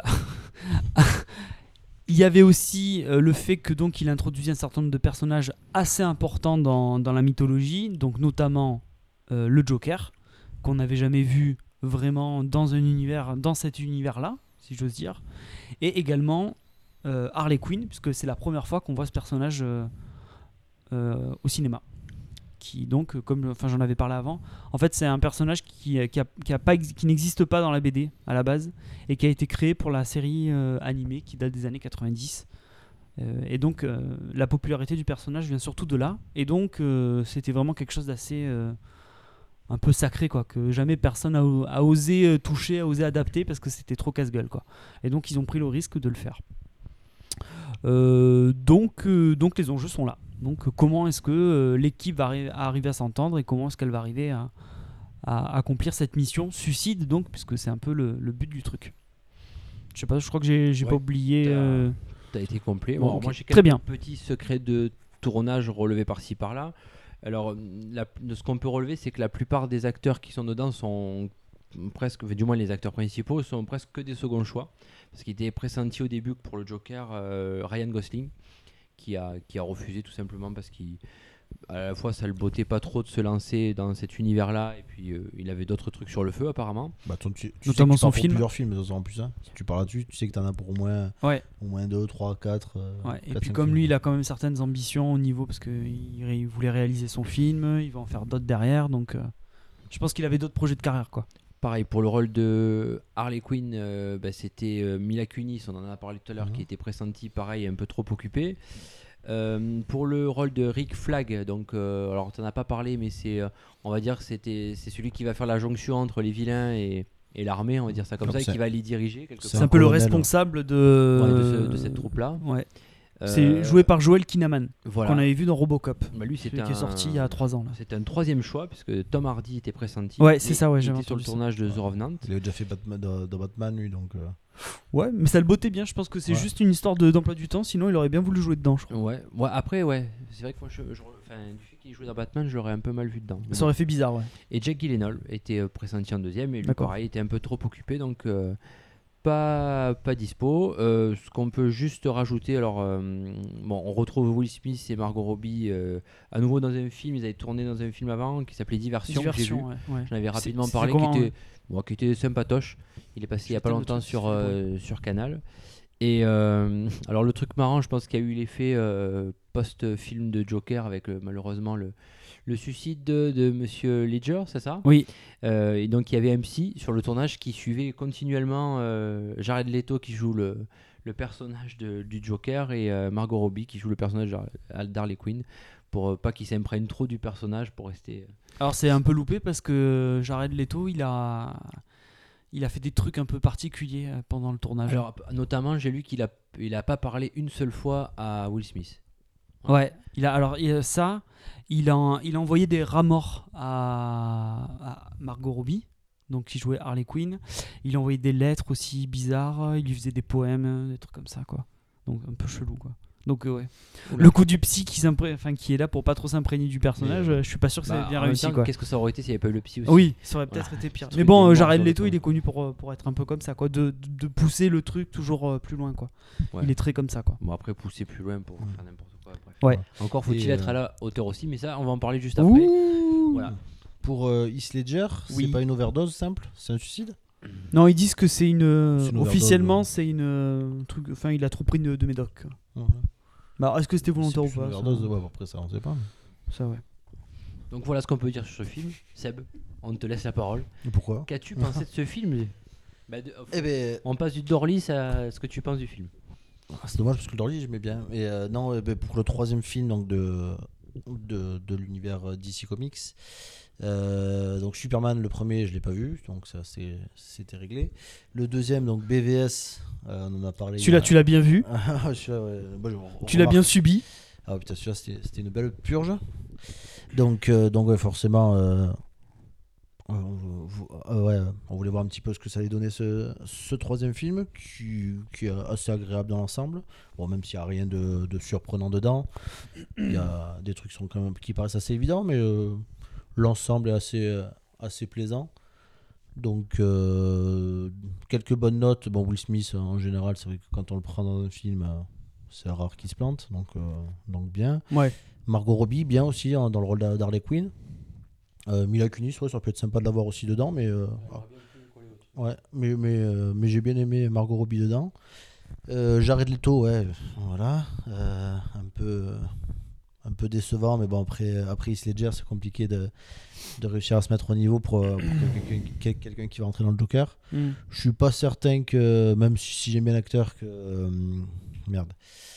Speaker 8: il y avait aussi euh, le fait que donc il introduisait un certain nombre de personnages assez importants dans, dans la mythologie, donc notamment euh, le Joker, qu'on n'avait jamais vu vraiment dans un univers, dans cet univers-là, si j'ose dire, et également euh, Harley Quinn, puisque c'est la première fois qu'on voit ce personnage euh, euh, au cinéma. Qui donc, comme enfin j'en avais parlé avant, en fait c'est un personnage qui, qui, a, qui, a pas, ex- qui n'existe pas dans la B D à la base et qui a été créé pour la série euh, animée qui date des années quatre-vingt-dix. Euh, et donc euh, la popularité du personnage vient surtout de là. Et donc euh, c'était vraiment quelque chose d'assez euh, un peu sacré, quoi, que jamais personne a, a osé euh, toucher, a osé adapter parce que c'était trop casse-gueule, quoi. Et donc ils ont pris le risque de le faire. Euh, donc, euh, donc les enjeux sont là. Donc euh, comment est-ce que euh, l'équipe va arri- arriver à s'entendre et comment est-ce qu'elle va arriver à, à accomplir cette mission suicide, donc, puisque c'est un peu le, le but du truc. Je sais pas, je crois que j'ai, j'ai
Speaker 7: Ouais,
Speaker 8: pas oublié.
Speaker 7: t'as-
Speaker 8: euh,
Speaker 7: T'as été complet.
Speaker 8: Bon,
Speaker 7: Bon,
Speaker 8: ok.
Speaker 7: moi j'ai
Speaker 8: Très
Speaker 7: quelques
Speaker 8: bien.
Speaker 7: petits secrets de tournage relevés par-ci par-là. Alors, la- de ce qu'on peut relever, c'est que la plupart des acteurs qui sont dedans sont presque, du moins les acteurs principaux, sont presque que des seconds choix. Parce qu'il était pressenti au début que pour le Joker, euh, Ryan Gosling, qui a, qui a refusé tout simplement parce qu'il à la fois ça le bottait pas trop de se lancer dans cet univers là et puis euh, il avait d'autres trucs sur le feu apparemment.
Speaker 9: Bah, ton- tu, tu
Speaker 8: Notamment
Speaker 9: sais que tu
Speaker 8: son
Speaker 9: pars pour
Speaker 8: film.
Speaker 9: plusieurs films, de toute façon, en plus. Hein. Si tu parles là-dessus, tu sais que t'en as pour au moins,
Speaker 8: Ouais.
Speaker 9: au moins deux, trois, quatre.
Speaker 8: Ouais, et puis comme lui, il a quand même certaines ambitions au niveau, parce qu'il il voulait réaliser son film, il va en faire d'autres derrière, donc euh, je pense qu'il avait d'autres projets de carrière, quoi.
Speaker 7: Pareil pour le rôle de Harley Quinn, euh, bah, c'était euh, Mila Kunis, on en a parlé tout à l'heure,
Speaker 9: Mhm.
Speaker 7: qui était pressenti, pareil, un peu trop occupé. Euh, pour le rôle de Rick Flag, donc, euh, alors t'en as pas parlé, mais c'est, euh, on va dire, que c'était, c'est celui qui va faire la jonction entre les vilains et, et l'armée, on va dire ça comme
Speaker 9: Comme
Speaker 7: ça, et
Speaker 9: ça.
Speaker 7: qui va les diriger quelque
Speaker 9: C'est
Speaker 8: C'est
Speaker 7: part
Speaker 8: un peu le
Speaker 9: colonel,
Speaker 8: responsable de,
Speaker 7: ouais, de, ce- de cette troupe-là.
Speaker 8: Ouais.
Speaker 7: Euh,
Speaker 8: C'est joué par Joel Kinnaman,
Speaker 7: voilà.
Speaker 8: qu'on avait vu dans Robocop,
Speaker 7: Bah, lui,
Speaker 8: celui
Speaker 7: c'était
Speaker 8: qui est
Speaker 7: un-
Speaker 8: sorti il y a trois ans. Là.
Speaker 7: C'était un troisième choix, puisque Tom Hardy était pressenti.
Speaker 8: Ouais, c'est
Speaker 7: Et
Speaker 8: ça, ouais,
Speaker 7: il
Speaker 8: j'avais
Speaker 7: était sur le
Speaker 8: entendu ça.
Speaker 7: tournage de The Revenant.
Speaker 9: Il avait déjà fait Batman, dans, dans Batman, lui, donc. euh,
Speaker 8: Ouais, mais ça le bottait bien, je pense que c'est
Speaker 9: Ouais.
Speaker 8: juste une histoire de, d'emploi du temps, sinon il aurait bien voulu jouer dedans, je crois.
Speaker 7: Ouais, ouais, après, ouais, c'est vrai que moi, je, je- enfin, du fait qu'il jouait dans Batman, je l'aurais un peu mal vu dedans. Mais
Speaker 8: Ça
Speaker 7: bon.
Speaker 8: aurait fait bizarre, ouais.
Speaker 7: Et Jack Gyllenhaal était euh, pressenti en deuxième, et lui,
Speaker 8: D'accord.
Speaker 7: pareil, était un peu trop occupé, donc euh, pas, pas dispo. Euh, ce qu'on peut juste rajouter, alors, euh, bon, on retrouve Will Smith et Margot Robbie euh, à nouveau dans un film, ils avaient tourné dans un film avant qui s'appelait Diversion, que j'ai vu.
Speaker 8: Diversion, ouais. ouais.
Speaker 7: J'en avais rapidement
Speaker 8: C'est-
Speaker 7: parlé,
Speaker 8: c'est
Speaker 7: qui
Speaker 8: comment,
Speaker 7: était, bon, qui était sympatoche. Il est passé il y a pas
Speaker 8: J'étais
Speaker 7: longtemps
Speaker 8: le truc,
Speaker 7: sur,
Speaker 8: c'est
Speaker 7: euh, sur Canal. Et euh, alors le truc marrant, je pense qu'il y a eu l'effet euh, post-film de Joker avec euh, malheureusement le, le suicide de, de Monsieur Ledger, c'est ça?
Speaker 8: Oui,
Speaker 7: Euh, et donc il y avait un psy sur le tournage qui suivait continuellement euh, Jared Leto qui joue le, le personnage de- du Joker et euh, Margot Robbie qui joue le personnage d'Har- d'Harley Quinn pour euh, pas qu'il s'imprègne trop du personnage pour rester... euh,
Speaker 8: alors c'est un peu loupé parce que Jared Leto, il a, il a fait des trucs un peu particuliers euh, pendant le tournage.
Speaker 7: Alors notamment j'ai lu qu'il a, il a pas parlé une seule fois à Will Smith.
Speaker 8: Ouais, il a, alors il- ça, il a, il a envoyé des rats morts à, à Margot Robbie, donc qui jouait Harley Quinn. Il a envoyé des lettres aussi bizarres, il lui faisait des poèmes, des trucs comme ça, quoi. Donc un peu chelou quoi. Donc euh, ouais.
Speaker 7: Oula.
Speaker 8: Le coup du psy qui, enfin, qui est là pour pas trop s'imprégner du personnage,
Speaker 7: Mais,
Speaker 8: euh, je suis pas sûr que ça
Speaker 7: Bah,
Speaker 8: ait bien
Speaker 7: en même
Speaker 8: réussi
Speaker 7: temps,
Speaker 8: quoi.
Speaker 7: qu'est-ce que ça aurait été s'il n'y avait pas eu le psy aussi?
Speaker 8: Oui, ça aurait peut-être
Speaker 7: Voilà.
Speaker 8: été pire.
Speaker 7: Ce
Speaker 8: Mais
Speaker 7: truc
Speaker 8: bon,
Speaker 7: des
Speaker 8: euh,
Speaker 7: morts
Speaker 8: Jared
Speaker 7: sur le
Speaker 8: Leto,
Speaker 7: toit.
Speaker 8: il est connu pour, euh, pour être un peu comme ça, quoi, de, de, de pousser le truc toujours euh, plus loin, quoi.
Speaker 7: Ouais.
Speaker 8: Il est très comme ça, quoi.
Speaker 7: Bon, après, pousser plus loin pour faire n'importe quoi. Bref.
Speaker 8: Ouais.
Speaker 7: Encore faut-il
Speaker 9: Et,
Speaker 7: être
Speaker 9: euh,
Speaker 7: à la hauteur aussi, mais ça, on va en parler juste après. Voilà.
Speaker 9: Pour euh, Heath Ledger,
Speaker 8: Oui.
Speaker 9: c'est pas une overdose simple, c'est un suicide.
Speaker 8: Non, ils disent que c'est une. euh,
Speaker 9: C'est une overdose,
Speaker 8: officiellement,
Speaker 9: ouais.
Speaker 8: c'est une euh, truc. Enfin, il a trop pris de, de médoc.
Speaker 9: Ouais.
Speaker 8: Bah, alors, est-ce que c'était volontaire ou
Speaker 9: C'est plus
Speaker 8: pas
Speaker 9: une
Speaker 8: ça,
Speaker 9: overdose, ouais, après ça on sait pas.
Speaker 8: ça, ouais.
Speaker 7: Donc voilà ce qu'on peut dire sur ce film. Seb, on te laisse la parole.
Speaker 9: Et pourquoi
Speaker 7: Qu'as-tu pensé de ce film? Bah, de-
Speaker 9: Eh ben,
Speaker 7: On passe du Dorlis à ce que tu penses du film.
Speaker 9: ah, c'est dommage parce que le Dorly j'aimais bien. Et euh, non, eh ben, pour le troisième film donc de de, de l'univers euh, D C Comics, euh, donc Superman le premier je l'ai pas vu, donc ça c'est c'était réglé. Le deuxième donc B V S, euh, on en a parlé.
Speaker 8: Celui-là, tu l'as bien vu.
Speaker 9: l'as. Celui-là, ouais. Bah, je- on
Speaker 8: Tu l'as
Speaker 9: remarque-
Speaker 8: bien subi.
Speaker 9: Ah putain, celui-là c'était c'était une belle purge. Donc euh, donc ouais, forcément. Euh, euh, on, vou- euh, ouais, on voulait voir un petit peu ce que ça allait donner ce, ce troisième film qui, qui est assez agréable dans l'ensemble. Bon, même s'il n'y a rien de, de surprenant dedans, il y a des trucs qui, sont quand même, qui paraissent assez évidents, mais euh, l'ensemble est assez, euh, assez plaisant. Donc, euh, quelques bonnes notes. Bon, Will Smith, en général, c'est vrai que quand on le prend dans un film, euh, c'est rare qu'il se plante, donc, euh, donc bien.
Speaker 8: Ouais.
Speaker 9: Margot Robbie, bien aussi, hein, dans le rôle d'Ha- d'Harley Quinn. Euh, Mila Kunis, ouais, ça peut être sympa de l'avoir aussi dedans, mais euh, ouais, mais mais, euh, mais j'ai bien aimé Margot Robbie dedans. Euh, Jared Leto, ouais, voilà, euh, un peu un peu décevant, mais bon après après Heath Ledger, c'est compliqué de de réussir à se mettre au niveau pour, pour quelqu'un, quel- quelqu'un qui va entrer dans le Joker.
Speaker 8: Mm.
Speaker 9: Je suis pas certain que, même si, si j'aime bien l'acteur, que euh, merde.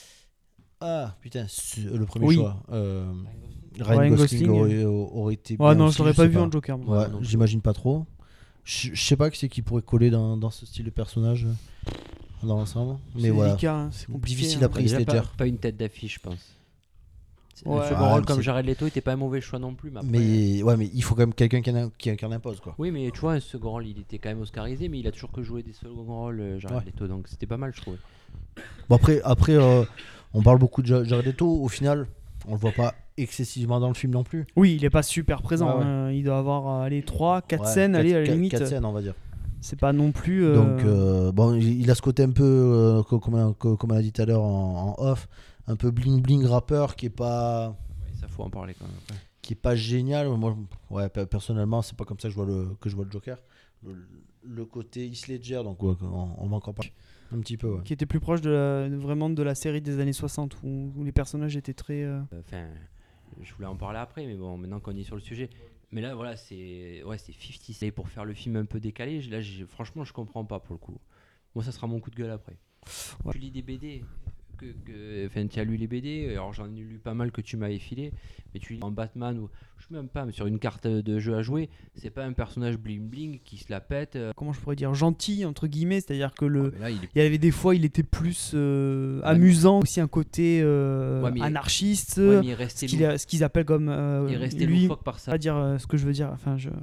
Speaker 9: Ah putain, c'est le premier
Speaker 8: Oui.
Speaker 9: choix. Euh, Ryan,
Speaker 8: Ryan
Speaker 9: Gosling,
Speaker 8: Gosling.
Speaker 9: aurait, aurait été bien
Speaker 8: Ouais, non,
Speaker 9: aussi,
Speaker 8: je l'aurais
Speaker 9: je
Speaker 8: pas
Speaker 9: sais
Speaker 8: vu en Joker. moi.
Speaker 9: Ouais,
Speaker 7: Ouais, non,
Speaker 9: j'imagine pas trop. Je je sais pas qui c'est qui pourrait coller dans, dans ce style de personnage euh, dans l'ensemble. Mais
Speaker 8: C'est
Speaker 9: voilà.
Speaker 8: délicat, hein, c'est compliqué.
Speaker 9: Difficile
Speaker 8: hein.
Speaker 9: après
Speaker 7: Déjà,
Speaker 9: Heath
Speaker 7: pas,
Speaker 9: Ledger.
Speaker 7: pas une tête d'affiche, je pense. C'est-
Speaker 8: Ouais.
Speaker 7: Un second
Speaker 9: Ah,
Speaker 7: rôle
Speaker 9: mais
Speaker 7: comme
Speaker 9: c'est-
Speaker 7: Jared Leto était pas un mauvais choix non plus. Mais, après-
Speaker 9: Mais ouais, mais il faut quand même quelqu'un qui, en a- qui incarne un poste quoi.
Speaker 7: Oui, mais tu vois, un second rôle, il était quand même oscarisé, mais il a toujours que joué des seconds rôles, euh, Jared
Speaker 9: Ouais.
Speaker 7: Leto, donc c'était pas mal, je trouvais.
Speaker 9: Bon après, après euh, on parle beaucoup de Ja- Jared Leto. Au final, on le voit pas excessivement dans le film non plus.
Speaker 8: Oui, il est pas super présent.
Speaker 9: Ouais, ouais.
Speaker 8: hein. Il doit avoir euh, allez, trois, quatre
Speaker 9: Ouais,
Speaker 8: scènes,
Speaker 9: quatre-
Speaker 8: allez, à la
Speaker 9: quatre-
Speaker 8: limite.
Speaker 9: quatre scènes, on va dire.
Speaker 8: C'est pas non plus. euh,
Speaker 9: Donc euh, bon, il il a ce côté un peu, euh, co- comme, on- co- comme on a dit tout à l'heure en, en off, un peu bling bling rappeur qui est pas,
Speaker 7: Ouais, ça faut en parler quand même. après.
Speaker 9: qui est pas génial. Moi, ouais, pe- personnellement, c'est pas comme ça que je vois le, que je vois le Joker. Le, le côté Heath Ledger, donc ouais, on, on va encore parler un petit peu. Ouais.
Speaker 8: qui était plus proche de la- vraiment de la série des années soixante où, où les personnages étaient très. euh,
Speaker 7: Enfin, je voulais en parler après, mais bon, maintenant qu'on est sur le sujet. Mais là, voilà, c'est ouais, c'est cinquante. Et pour faire le film un peu décalé, là, j'ai- franchement, je comprends pas pour le coup. Moi, ça sera mon coup de gueule après.
Speaker 8: Ouais.
Speaker 7: Tu lis des B D, que, que, enfin, tu as lu les B D, alors j'en ai lu pas mal que tu m'avais filé, mais tu lis en Batman ou je sais même pas, mais sur une carte de jeu à jouer, c'est pas un personnage bling bling qui se la pète. euh,
Speaker 8: comment je pourrais dire gentil entre guillemets, c'est-à-dire que le.
Speaker 7: mais là, il est
Speaker 8: Il y avait des fois, il était plus euh,
Speaker 7: Ouais,
Speaker 8: amusant, aussi un côté euh,
Speaker 7: Ouais, mais-
Speaker 8: anarchiste,
Speaker 7: ouais, mais il est resté
Speaker 8: ce qu'il
Speaker 7: lou-
Speaker 8: a- ce qu'ils appellent comme euh,
Speaker 7: il est resté
Speaker 8: lui.
Speaker 7: loufoque par ça.
Speaker 8: Pas dire euh, ce que je veux dire. Enfin, je.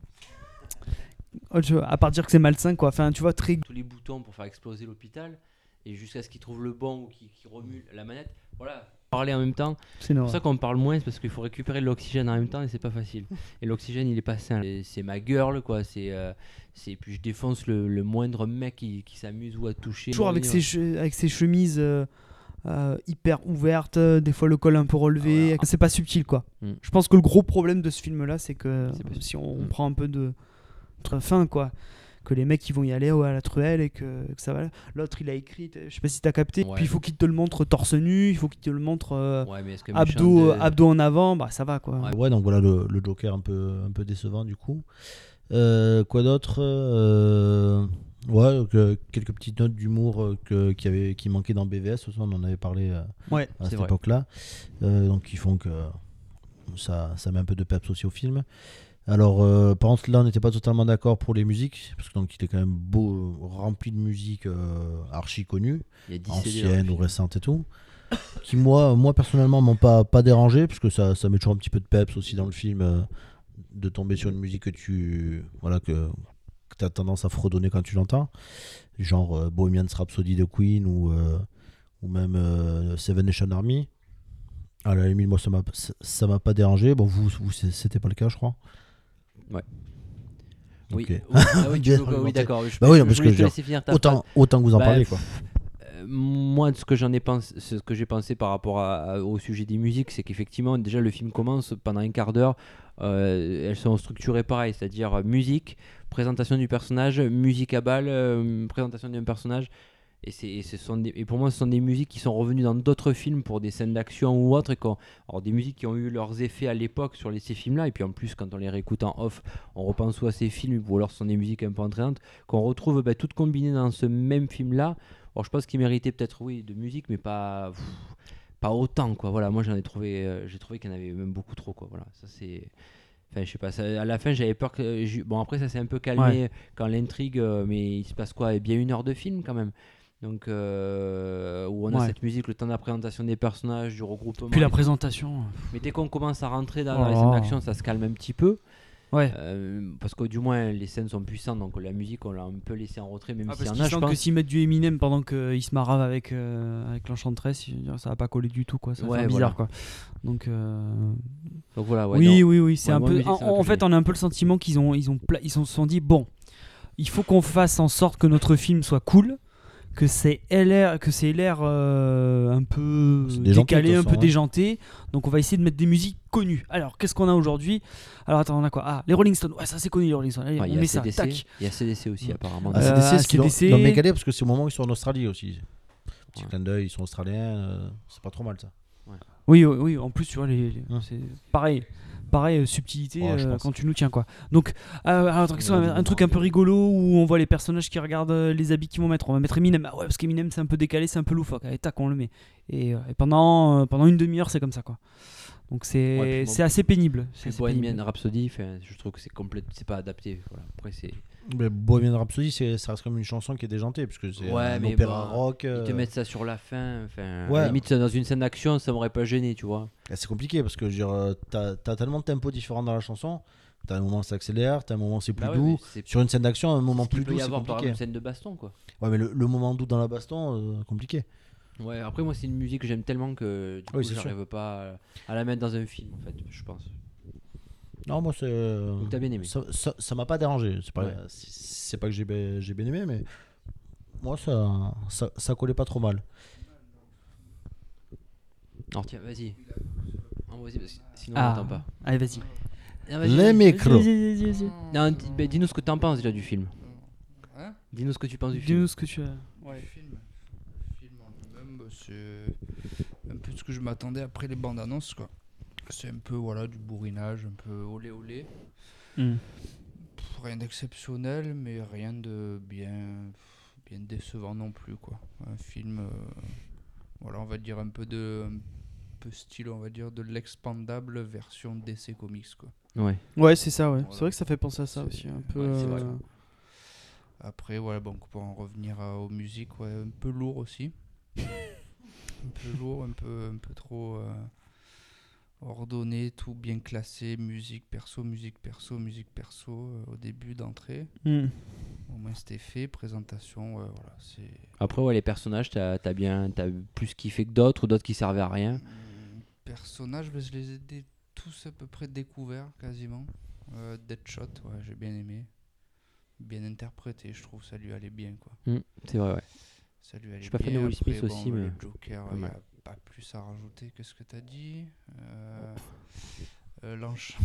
Speaker 8: Oh, je- À part dire que c'est malsain, quoi. Enfin, tu vois, très.
Speaker 7: Tous les boutons pour faire exploser l'hôpital et jusqu'à ce qu'il trouve le bon ou qu'il qu'il remue la manette. Voilà, parler en même temps.
Speaker 8: C'est
Speaker 7: C'est
Speaker 8: une
Speaker 7: pour ça qu'on parle moins, c'est parce qu'il faut récupérer de l'oxygène en même temps et c'est pas facile. Et l'oxygène, il est pas sain. Et c'est ma girl, quoi. C'est, euh, c'est puis je défonce le, le moindre mec qui, qui s'amuse ou à toucher.
Speaker 8: Toujours
Speaker 7: Bon,
Speaker 8: avec
Speaker 7: il-
Speaker 8: ses, che- avec ses chemises euh, euh, hyper ouvertes, euh, des fois le col un peu relevé.
Speaker 7: Ah ouais.
Speaker 8: C'est pas subtil, quoi.
Speaker 7: Mm.
Speaker 8: Je pense que le gros problème de ce film-là, c'est que
Speaker 7: C'est pas
Speaker 8: si
Speaker 7: subtil.
Speaker 8: on, on
Speaker 7: Mm.
Speaker 8: prend un peu de, de fin, quoi. Que les mecs ils vont y aller ouais, à la truelle et que, que ça va. L'autre il a écrit, je sais pas si t'as capté.
Speaker 7: Ouais.
Speaker 8: Puis il faut qu'il te le montre torse nu, il faut qu'il te le montre euh,
Speaker 7: Ouais, mais est-ce que
Speaker 8: abdos,
Speaker 7: méchant de-
Speaker 8: euh, abdos en avant, bah ça va quoi.
Speaker 7: Ouais.
Speaker 9: Ouais, donc voilà le, le Joker un peu, un peu décevant du coup. Euh, quoi d'autre euh, Ouais, donc, euh, quelques petites notes d'humour euh, que- qui, avait, qui manquaient dans B V S. On en avait parlé euh,
Speaker 8: Ouais,
Speaker 9: à
Speaker 7: c'est
Speaker 9: cette
Speaker 7: vrai.
Speaker 9: époque-là. Euh, donc qui font que ça, ça met un peu de peps aussi au film. Alors, euh, par contre, là, on n'était pas totalement d'accord pour les musiques, parce que donc il est quand même beau, euh, rempli de musique euh, archi connue,
Speaker 7: Il y a dix C D dans le
Speaker 9: ancienne ou
Speaker 7: film.
Speaker 9: récente et tout, qui moi, moi personnellement, m'ont pas pas dérangé, parce que ça, ça met toujours un petit peu de peps aussi dans le film, euh, de tomber sur une musique que tu, voilà, que, que t'as tendance à fredonner quand tu l'entends, genre euh, Bohemian Rhapsody de Queen ou euh, ou même euh, Seven Nation Army. À la limite, moi, ça m'a, ça m'a pas dérangé. Bon, vous, vous c'était pas le cas, je crois.
Speaker 7: Ouais.
Speaker 9: Ok.
Speaker 7: Oui, oui, ah oui, tu veux-
Speaker 9: Bien
Speaker 7: oui, d'accord. Je,
Speaker 9: Bah oui,
Speaker 7: je
Speaker 9: parce
Speaker 7: voulais
Speaker 9: que
Speaker 7: te
Speaker 9: je-
Speaker 7: laisser finir ta
Speaker 9: Autant,
Speaker 7: phrase.
Speaker 9: autant que vous en
Speaker 7: Bah,
Speaker 9: parlez, quoi.
Speaker 7: Euh, moi, ce que j'en ai pensé, ce que j'ai pensé par rapport à- à- au sujet des musiques, c'est qu'effectivement, déjà, le film commence pendant un quart d'heure. Euh, elles sont structurées pareil, c'est-à-dire euh, musique, présentation du personnage, musique à balle, euh, présentation d'un personnage. Et, c'est, et, ce sont des- et pour moi, ce sont des musiques qui sont revenues dans d'autres films pour des scènes d'action ou autres. Et qu'on- alors, des musiques qui ont eu leurs effets à l'époque sur les, ces films-là. Et puis en plus, quand on les réécoute en off, on repense soit à ces films, ou alors ce sont des musiques un peu entraînantes, qu'on retrouve bah, toutes combinées dans ce même film-là. Alors, je pense qu'il méritait peut-être, oui, de musique, mais pas, pff, pas autant, quoi. Voilà, moi, j'en ai trouvé, euh, j'ai trouvé qu'il y en avait même beaucoup trop, quoi. Voilà, ça c'est. Enfin, je sais pas, ça, à la fin j'avais peur que. j'ai- Bon, après, ça s'est un peu calmé
Speaker 8: Ouais.
Speaker 7: quand l'intrigue, euh, mais il se passe quoi? Bien une heure de film quand même. Donc, euh, où on a
Speaker 8: Ouais.
Speaker 7: cette musique, le temps de la présentation des personnages, du regroupement.
Speaker 8: Puis la
Speaker 7: et tout.
Speaker 8: présentation.
Speaker 7: Mais dès qu'on commence à rentrer dans,
Speaker 8: Oh
Speaker 7: dans les
Speaker 8: là
Speaker 7: scènes
Speaker 8: là.
Speaker 7: d'action, ça se calme un petit peu.
Speaker 8: Ouais.
Speaker 7: Euh, parce que du moins, les scènes sont puissantes, donc la musique, on l'a un peu laissé en retrait, même
Speaker 8: Ah,
Speaker 7: s'il y
Speaker 8: parce
Speaker 7: en
Speaker 8: qu'ils
Speaker 7: a, je
Speaker 8: sentent
Speaker 7: pense.
Speaker 8: que s'ils mettent du Eminem pendant qu'il se marave avec, euh, avec l'enchantresse, je veux dire, ça va pas coller du tout, quoi. Ça va
Speaker 7: Ouais,
Speaker 8: faire bizarre,
Speaker 7: voilà.
Speaker 8: quoi. Donc, euh,
Speaker 7: Donc voilà, ouais,
Speaker 8: oui,
Speaker 7: non.
Speaker 8: oui, oui, c'est
Speaker 7: Ouais,
Speaker 8: un
Speaker 7: moi,
Speaker 8: peu.
Speaker 7: musique,
Speaker 8: En,
Speaker 7: ça m'a
Speaker 8: en
Speaker 7: plus
Speaker 8: fait,
Speaker 7: gêné.
Speaker 8: on a un peu le sentiment qu'ils ont, ils ont, pla- ils se sont dit bon, il faut qu'on fasse en sorte que notre film soit cool, que c'est L R, que c'est l'air euh, un peu
Speaker 9: C'est déjanté,
Speaker 8: décalé,
Speaker 9: de toute
Speaker 8: un
Speaker 9: façon,
Speaker 8: peu
Speaker 9: hein.
Speaker 8: déjanté. Donc, on va essayer de mettre des musiques connues. Alors, qu'est-ce qu'on a aujourd'hui? Alors, attends, on a quoi? Ah, les Rolling Stones. Ouais, ça c'est connu, les Rolling Stones. Allez,
Speaker 7: Ouais, il
Speaker 8: on
Speaker 7: y a
Speaker 8: met ça.
Speaker 7: C D C,
Speaker 8: Tac.
Speaker 7: il y a C D C aussi, apparemment.
Speaker 9: Ah,
Speaker 8: Euh,
Speaker 9: C D C, ce qu'ils l'ont-
Speaker 8: C D C.
Speaker 9: ils l'ont mégalé parce que c'est au moment où ils sont en Australie aussi. Petit
Speaker 7: Ouais.
Speaker 9: clin d'œil, ils sont australiens, euh, c'est pas trop mal ça.
Speaker 8: Oui, oui, oui, en plus, tu vois, les, les-
Speaker 9: Hum.
Speaker 8: c'est pareil. Pareil, euh, subtilité
Speaker 9: Ouais, je
Speaker 8: euh,
Speaker 9: pense.
Speaker 8: quand tu nous tiens, quoi. Donc, euh, alors, attends, qu'est-ce qu'on a un, truc un peu rigolo où on voit les personnages qui regardent euh, les habits qu'ils vont mettre. On va mettre Eminem. Ah ouais, parce qu'Eminem, c'est un peu décalé, c'est un peu loufoque. Allez, tac, on le met. Et, euh, et pendant, euh, pendant une demi-heure, c'est comme ça, quoi. Donc, c'est
Speaker 7: Ouais, puis
Speaker 8: c'est
Speaker 7: bon,
Speaker 8: assez pénible. C'est
Speaker 7: Puis
Speaker 8: assez pénible.
Speaker 7: Bohemian Rhapsody, enfin, je trouve que c'est complète, c'est pas adapté. Voilà. Après, c'est.
Speaker 9: Mais Bohemian Rhapsody, c'est- ça reste comme une chanson qui est déjantée puisque c'est
Speaker 7: Ouais,
Speaker 9: un
Speaker 7: mais
Speaker 9: opéra
Speaker 7: bon,
Speaker 9: rock.
Speaker 7: Ils te
Speaker 9: euh,
Speaker 7: mettent ça sur la fin. Enfin,
Speaker 9: Ouais.
Speaker 7: à la limite, dans une scène d'action, ça m'aurait pas gêné, tu vois.
Speaker 9: et C'est compliqué parce que je veux dire, euh, t'as t'as tellement de tempos différents dans la chanson. T'as un moment où ça accélère, t'as un moment où c'est plus
Speaker 7: Bah ouais,
Speaker 9: doux.
Speaker 7: mais c'est-
Speaker 9: Sur une scène d'action, un moment
Speaker 7: il
Speaker 9: plus
Speaker 7: peut
Speaker 9: doux,
Speaker 7: y
Speaker 9: c'est
Speaker 7: avoir par
Speaker 9: compliqué.
Speaker 7: exemple une scène de baston, quoi.
Speaker 9: Ouais, mais le, le moment doux dans la baston, euh, compliqué.
Speaker 7: Ouais, après, moi, c'est une musique que j'aime tellement que du
Speaker 9: Oui,
Speaker 7: coup,
Speaker 9: c'est sûr.
Speaker 7: j'arrive pas à, à la mettre dans un film, en fait, je pense.
Speaker 9: Non, moi, c'est. euh,
Speaker 7: Donc, t'as bien aimé.
Speaker 9: Ça ça- ça m'a pas dérangé. C'est pas,
Speaker 7: Ouais.
Speaker 9: c'est- c'est pas que j'ai ba- j'ai bien aimé, mais moi, ça, ça, ça collait pas trop mal.
Speaker 7: Alors, tiens, vas-y. Non, vas-y, parce que sinon,
Speaker 8: Ah.
Speaker 7: on n'entend pas.
Speaker 8: Allez, vas-y.
Speaker 7: Non, vas-y,
Speaker 9: Les
Speaker 7: vas-y.
Speaker 9: micros.
Speaker 8: Vas-y, vas-y, vas-y.
Speaker 7: Non, di- bah, dis-nous ce que t'en penses déjà du film.
Speaker 1: Hein
Speaker 7: Dis-nous ce que tu penses du
Speaker 8: Dis-nous
Speaker 7: film.
Speaker 8: ce que tu as.
Speaker 1: Le film, le film en lui-même, bah, c'est un peu ce que je m'attendais après les bandes annonces, quoi. C'est un peu voilà du bourrinage, un peu olé olé.
Speaker 8: Hmm.
Speaker 1: Pff, rien d'exceptionnel, mais rien de bien, bien décevant non plus, quoi. Un film, euh, voilà, on va dire un peu de, un peu style, on va dire de l'expandable version D C Comics, quoi.
Speaker 7: Ouais.
Speaker 8: Ouais, c'est ça, ouais.
Speaker 1: Voilà.
Speaker 8: C'est vrai que ça fait penser à ça
Speaker 1: C'est-
Speaker 8: aussi. Un peu.
Speaker 7: ouais, c'est vrai.
Speaker 8: euh,
Speaker 1: Après, voilà, bon, pour en revenir à- aux musiques, ouais, un peu lourd aussi. un peu lourd, un peu, un peu trop euh, ordonné, tout bien classé, musique perso, musique perso, musique perso euh, au début d'entrée.
Speaker 8: hmm.
Speaker 1: Au moins c'était fait, présentation, ouais, voilà, c'est...
Speaker 7: Après, ouais, les personnages, t'as as bien, t'as plus kiffé que d'autres, ou d'autres qui servaient à rien.
Speaker 1: Hum, Personnages, bah, je les ai dé- tous à peu près découverts quasiment. Euh, Deadshot, ouais, j'ai bien aimé. Bien interprété, je trouve, ça lui allait bien, quoi.
Speaker 7: Hmm, c'est vrai, ouais.
Speaker 1: Ça lui allait
Speaker 7: Je suis pas fan
Speaker 1: bien.
Speaker 7: de Will Smith
Speaker 1: Après,
Speaker 7: aussi,
Speaker 1: bon,
Speaker 7: mais
Speaker 1: le Joker,
Speaker 7: pas
Speaker 1: il n'y
Speaker 7: mal.
Speaker 1: a pas plus à rajouter que ce que tu as dit. Euh, euh, l'ench-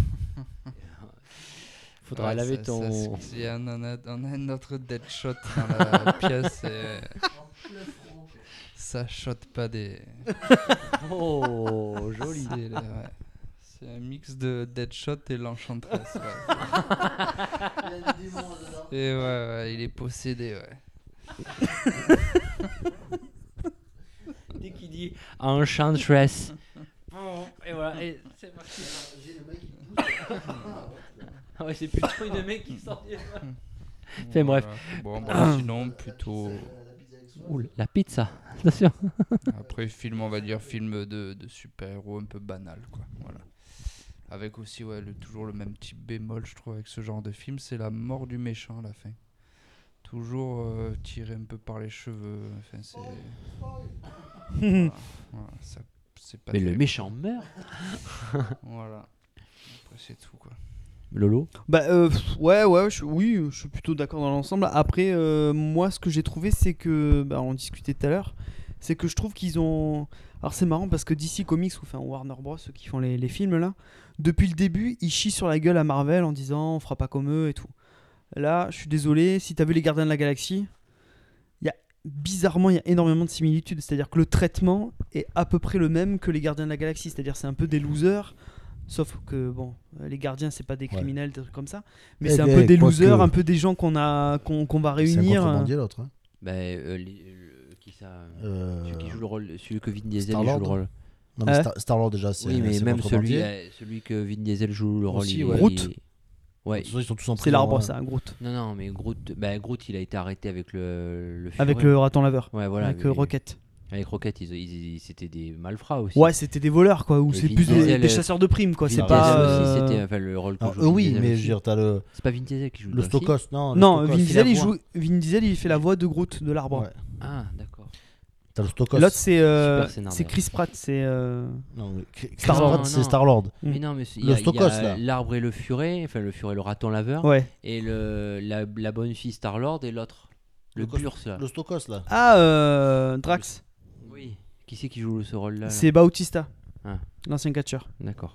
Speaker 7: Faudra
Speaker 1: Ouais,
Speaker 7: laver
Speaker 1: ça-
Speaker 7: ton.
Speaker 1: ça, c'est- on, en a, on a un autre Deadshot dans la pièce. Et... Ça shot pas des.
Speaker 7: Oh, joli.
Speaker 1: C'est, le- ouais. C'est un mix de Deadshot et l'Enchantress. Ouais. Et ouais, ouais, il est possédé, ouais.
Speaker 7: Dès qu'il dit Enchantress. Et voilà, et c'est parti. Ah ouais, c'est plutôt une mec qui sort. Enfin, bref.
Speaker 1: Bon, bon, sinon, plutôt.
Speaker 7: Ouh, la pizza, attention.
Speaker 1: Après, film, on va dire film de, de super-héros un peu banal, quoi. Voilà. Avec aussi, ouais, le, toujours le même type bémol, je trouve, avec ce genre de film, c'est la mort du méchant à la fin. Toujours euh, tiré un peu par les cheveux. Enfin, c'est. voilà, voilà, ça, c'est pas
Speaker 7: Mais le
Speaker 1: terrible.
Speaker 7: méchant meurt.
Speaker 1: Voilà. Après, c'est tout, quoi.
Speaker 7: Lolo.
Speaker 10: Bah euh, pff, ouais ouais je, oui je suis plutôt d'accord dans l'ensemble. Après euh, moi ce que j'ai trouvé c'est que bah, on discutait tout à l'heure, c'est que je trouve qu'ils ont, alors c'est marrant parce que D C Comics ou enfin Warner Bros ceux qui font les, les films là, depuis le début ils chient sur la gueule à Marvel en disant on fera pas comme eux et tout. Là je suis désolé, si t'as vu les Gardiens de la Galaxie, il y a bizarrement il y a énormément de similitudes, c'est à dire que le traitement est à peu près le même que les Gardiens de la Galaxie, c'est à dire c'est un peu des losers. Sauf que bon, les gardiens c'est pas des criminels, ouais. Des trucs comme ça, mais
Speaker 9: et
Speaker 10: c'est un
Speaker 9: et
Speaker 10: peu des
Speaker 9: quoi
Speaker 10: losers,
Speaker 9: que...
Speaker 10: un peu des gens qu'on a, qu'on, qu'on va réunir.
Speaker 9: C'est un contrebandier l'autre. Hein.
Speaker 7: Bah, euh, les, le, qui ça
Speaker 9: euh...
Speaker 7: Celui qui joue le rôle, celui que Vin Diesel
Speaker 9: Star-Lord.
Speaker 7: joue le rôle.
Speaker 9: Non mais euh Star- Star-Lord déjà c'est.
Speaker 7: Oui mais
Speaker 9: c'est
Speaker 7: même celui, euh, celui que Vin Diesel joue le rôle.
Speaker 9: Aussi,
Speaker 7: il,
Speaker 9: ouais.
Speaker 10: Groot.
Speaker 7: Il... Ouais.
Speaker 9: Ils sont tous en prison,
Speaker 10: c'est l'arbre
Speaker 9: ouais.
Speaker 10: ça, Groot.
Speaker 7: Non non mais Groot, bah, Groot il a été arrêté avec le. le
Speaker 10: avec
Speaker 7: Furet.
Speaker 10: le raton laveur.
Speaker 7: Ouais voilà.
Speaker 10: Avec
Speaker 7: mais...
Speaker 10: Rocket.
Speaker 7: Avec Rocket, ils, ils, ils, c'était des malfrats aussi.
Speaker 10: Ouais, c'était des voleurs quoi, ou
Speaker 7: Et
Speaker 10: c'est
Speaker 7: Vin
Speaker 10: plus des,
Speaker 7: Diesel,
Speaker 10: des chasseurs de primes quoi.
Speaker 7: Vin
Speaker 10: C'est
Speaker 7: Diesel
Speaker 10: pas.
Speaker 7: aussi,
Speaker 10: euh...
Speaker 7: c'était enfin, le rôle que
Speaker 9: Alors,
Speaker 7: joue
Speaker 9: euh,
Speaker 7: Vin
Speaker 9: oui,
Speaker 7: Diesel
Speaker 9: mais
Speaker 7: aussi.
Speaker 9: je veux dire, t'as le.
Speaker 7: C'est pas Vin Diesel qui joue
Speaker 9: Le
Speaker 7: dans film.
Speaker 9: Stokos, non. Le
Speaker 10: Non,
Speaker 9: Stokos,
Speaker 10: Vin
Speaker 9: il
Speaker 10: Diesel,
Speaker 9: fait
Speaker 10: il
Speaker 9: la voix.
Speaker 10: joue. Vin Diesel, il fait la voix de Groot de l'arbre.
Speaker 9: Ouais.
Speaker 7: Ah d'accord.
Speaker 9: T'as le Stokos.
Speaker 10: L'autre c'est euh,
Speaker 7: Super scénar,
Speaker 10: c'est Chris Pratt, c'est. Euh...
Speaker 9: Non, mais Chris
Speaker 10: Star-Lord.
Speaker 9: Pratt, c'est
Speaker 7: Non.
Speaker 9: Star-Lord.
Speaker 7: Mais non mais il
Speaker 9: Le
Speaker 7: y a,
Speaker 9: Stokos,
Speaker 7: il y a
Speaker 9: là.
Speaker 7: l'arbre et le furet, enfin le furet le raton laveur.
Speaker 10: Ouais.
Speaker 7: Et le la, la bonne fille Star-Lord et l'autre. Le,
Speaker 9: Le cos-
Speaker 7: Burs là.
Speaker 9: Le Stokos là.
Speaker 10: Ah, euh, Drax.
Speaker 7: Oui. Qui c'est qui joue ce rôle là,
Speaker 10: C'est Bautista,
Speaker 7: Ah.
Speaker 10: l'ancien catcheur.
Speaker 7: D'accord.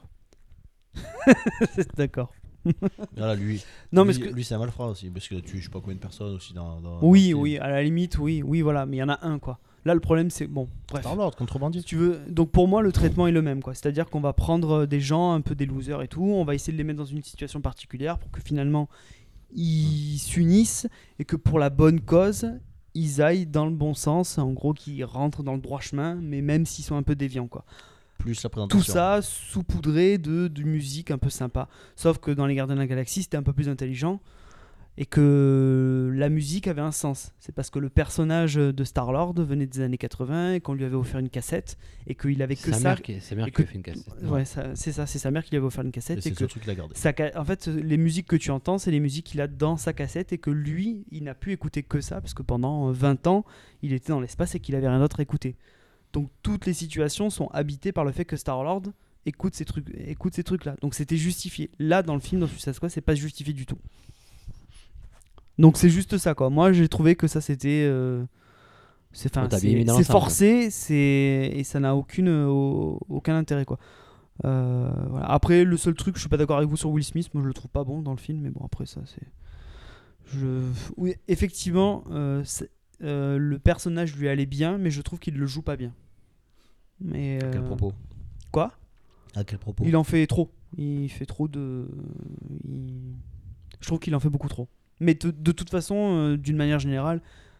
Speaker 10: D'accord.
Speaker 9: Voilà, lui.
Speaker 10: Non,
Speaker 9: lui,
Speaker 10: mais ce que-
Speaker 9: lui c'est un malfrat aussi, parce qu'il a tué je sais pas combien de personnes aussi dans. dans
Speaker 10: Oui,
Speaker 9: dans le
Speaker 10: oui,
Speaker 9: film.
Speaker 10: à la limite, oui, oui, voilà, mais il y en a un quoi. Là, le problème, c'est bon, bref.
Speaker 9: Star-Lord, contrebandier.
Speaker 10: Si tu veux, donc pour moi, le traitement est le même quoi. C'est-à-dire qu'on va prendre des gens un peu des losers et tout, on va essayer de les mettre dans une situation particulière pour que finalement ils s'unissent et que pour la bonne cause, ils aillent dans le bon sens, en gros, qu'ils rentrent dans le droit chemin, mais même s'ils sont un peu déviants quoi.
Speaker 9: Plus la présentation.
Speaker 10: Tout ça saupoudré de, de musique un peu sympa. Sauf que dans les Gardiens de la Galaxie, c'était un peu plus intelligent et que la musique avait un sens. C'est parce que le personnage de Star-Lord venait des années quatre-vingts et qu'on lui avait offert une cassette et qu'il avait que
Speaker 7: C'est sa
Speaker 10: ça.
Speaker 7: mère qui, sa mère
Speaker 10: et
Speaker 7: qui
Speaker 10: que-
Speaker 7: lui a fait une cassette.
Speaker 10: Ouais, ça- c'est ça, c'est sa mère qui lui avait offert une
Speaker 9: Et
Speaker 10: cassette
Speaker 9: c'est
Speaker 10: et
Speaker 9: le
Speaker 10: que
Speaker 9: seul truc qu'il a gardé.
Speaker 10: sa ca- en fait, les musiques que tu entends, c'est les musiques qu'il a dans sa cassette et que lui, il n'a pu écouter que ça parce que pendant vingt ans, il était dans l'espace et qu'il avait rien d'autre à écouter. Donc toutes les situations sont habitées par le fait que Star-Lord écoute ces trucs, écoute ces trucs-là. Donc c'était justifié. Là, dans le film, dans Suicide Squad, c'est pas justifié du tout. Donc c'est juste ça, quoi. Moi, j'ai trouvé que ça, c'était, euh, c'est, enfin,
Speaker 7: Ouais, t'as
Speaker 10: c'est,
Speaker 7: bien mis dans
Speaker 10: c'est
Speaker 7: l'ensemble.
Speaker 10: forcé, c'est et ça n'a aucune, au- aucun intérêt, quoi. Euh, voilà. Après, le seul truc, je suis pas d'accord avec vous sur Will Smith. Moi, je le trouve pas bon dans le film, mais bon, après ça, c'est, je, oui, effectivement, euh, c'est- euh, le personnage lui allait bien, mais je trouve qu'il le joue pas bien. Mais
Speaker 9: À quel
Speaker 10: euh,
Speaker 9: propos
Speaker 10: quoi
Speaker 9: À quel propos
Speaker 10: Il en fait trop. Il fait trop de. il- Je trouve qu'il en fait beaucoup trop. Mais de, de toute façon, euh, d'une manière générale,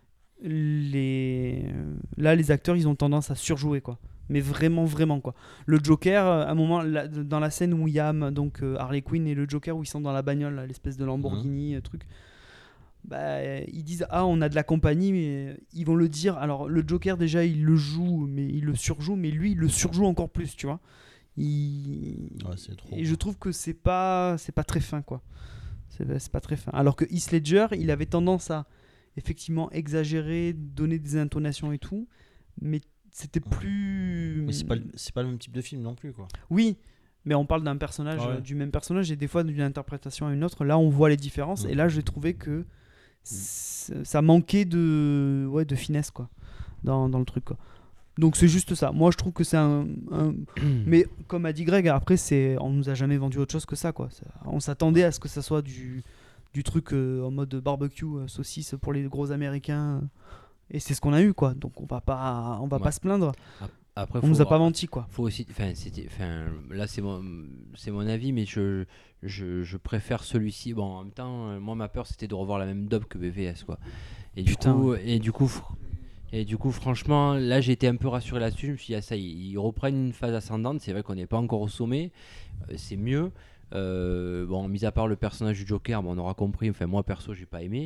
Speaker 10: les... là, les acteurs, ils ont tendance à surjouer, quoi. Mais vraiment, vraiment, quoi. Le Joker, euh, à un moment, là, dans la scène où il y a donc, euh, Harley Quinn et le Joker, où ils sont dans la bagnole, là, l'espèce de Lamborghini, euh, truc. Bah, euh, ils disent ah on a de la compagnie mais ils vont le dire alors le Joker déjà il le joue mais il le surjoue mais lui il le surjoue encore plus tu vois il...
Speaker 9: Ouais, c'est trop.
Speaker 10: et je trouve que c'est pas c'est pas très fin quoi c'est, c'est pas très fin alors que Heath Ledger il avait tendance à effectivement exagérer donner des intonations et tout mais c'était plus
Speaker 9: Mais c'est pas, le- c'est pas le même type de film non plus, quoi.
Speaker 10: oui mais on parle d'un personnage
Speaker 9: Ah ouais.
Speaker 10: euh, du même personnage et des fois d'une interprétation à une autre là on voit les différences
Speaker 9: Mm.
Speaker 10: et là j'ai trouvé que c- ça manquait de ouais de finesse quoi dans, dans le truc quoi donc c'est juste ça moi je trouve que c'est un, un- mais comme a dit Greg après c'est on nous a jamais vendu autre chose que ça quoi Ça- on s'attendait à ce que ça soit du du truc euh, en mode barbecue euh, saucisse pour les gros américains euh, et c'est ce qu'on a eu quoi donc on va pas on va
Speaker 7: Ouais.
Speaker 10: pas se plaindre
Speaker 7: Après,
Speaker 10: on
Speaker 7: faut
Speaker 10: nous a
Speaker 7: voir-
Speaker 10: pas menti quoi
Speaker 7: Faut aussi, enfin, c'était, enfin, là c'est mon, c'est mon avis, mais je, je, je préfère celui-ci. Bon, en même temps, euh, moi ma peur c'était de revoir la même dub que B V S quoi. Et du
Speaker 10: Putain,
Speaker 7: coup, et du coup, fr- et du coup, franchement, là j'ai été un peu rassuré là-dessus. Je me suis dit ah, ça, ils, ils reprennent une phase ascendante. C'est vrai qu'on n'est pas encore au sommet, euh, c'est mieux. Euh, bon, mis à part le personnage du Joker, bon, on aura compris. Enfin, moi perso, j'ai pas aimé.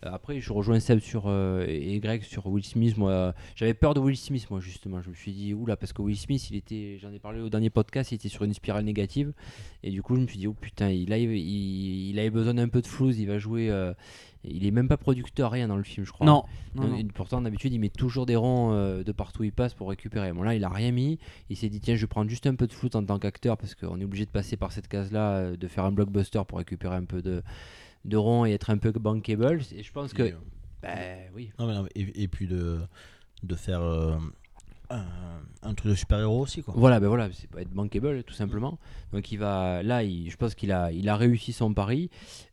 Speaker 7: Euh, Après, je rejoins Seb sur, euh, et Greg sur Will Smith. Moi, euh, j'avais peur de Will Smith, moi, justement. Je me suis dit, oula, parce que Will Smith, il était, j'en ai parlé au dernier podcast, il était sur une spirale négative. Et du coup, je me suis dit, oh putain, il, a, il, il avait besoin d'un peu de flouze, il va jouer. Euh, il est même pas producteur, rien dans le film, je crois.
Speaker 8: Non. non,
Speaker 7: Donc,
Speaker 8: non.
Speaker 7: et pourtant, d'habitude, il met toujours des ronds euh, de partout où il passe pour récupérer. Bon, là, il a rien mis. Il s'est dit, tiens, je vais prendre juste un peu de flouze en tant qu'acteur parce qu'on est obligé de passer par cette case-là, euh, de faire un blockbuster pour récupérer un peu de, de ronds et être un peu bankable. Et je pense que.
Speaker 9: Et, euh,
Speaker 7: Ben oui.
Speaker 9: Non, mais non, mais- et, et puis de, de faire euh, un, un truc de super-héros aussi, quoi.
Speaker 7: Voilà, ben voilà, c'est pas être bankable tout simplement. Donc il va, là, il- je pense qu'il a, il a réussi son pari.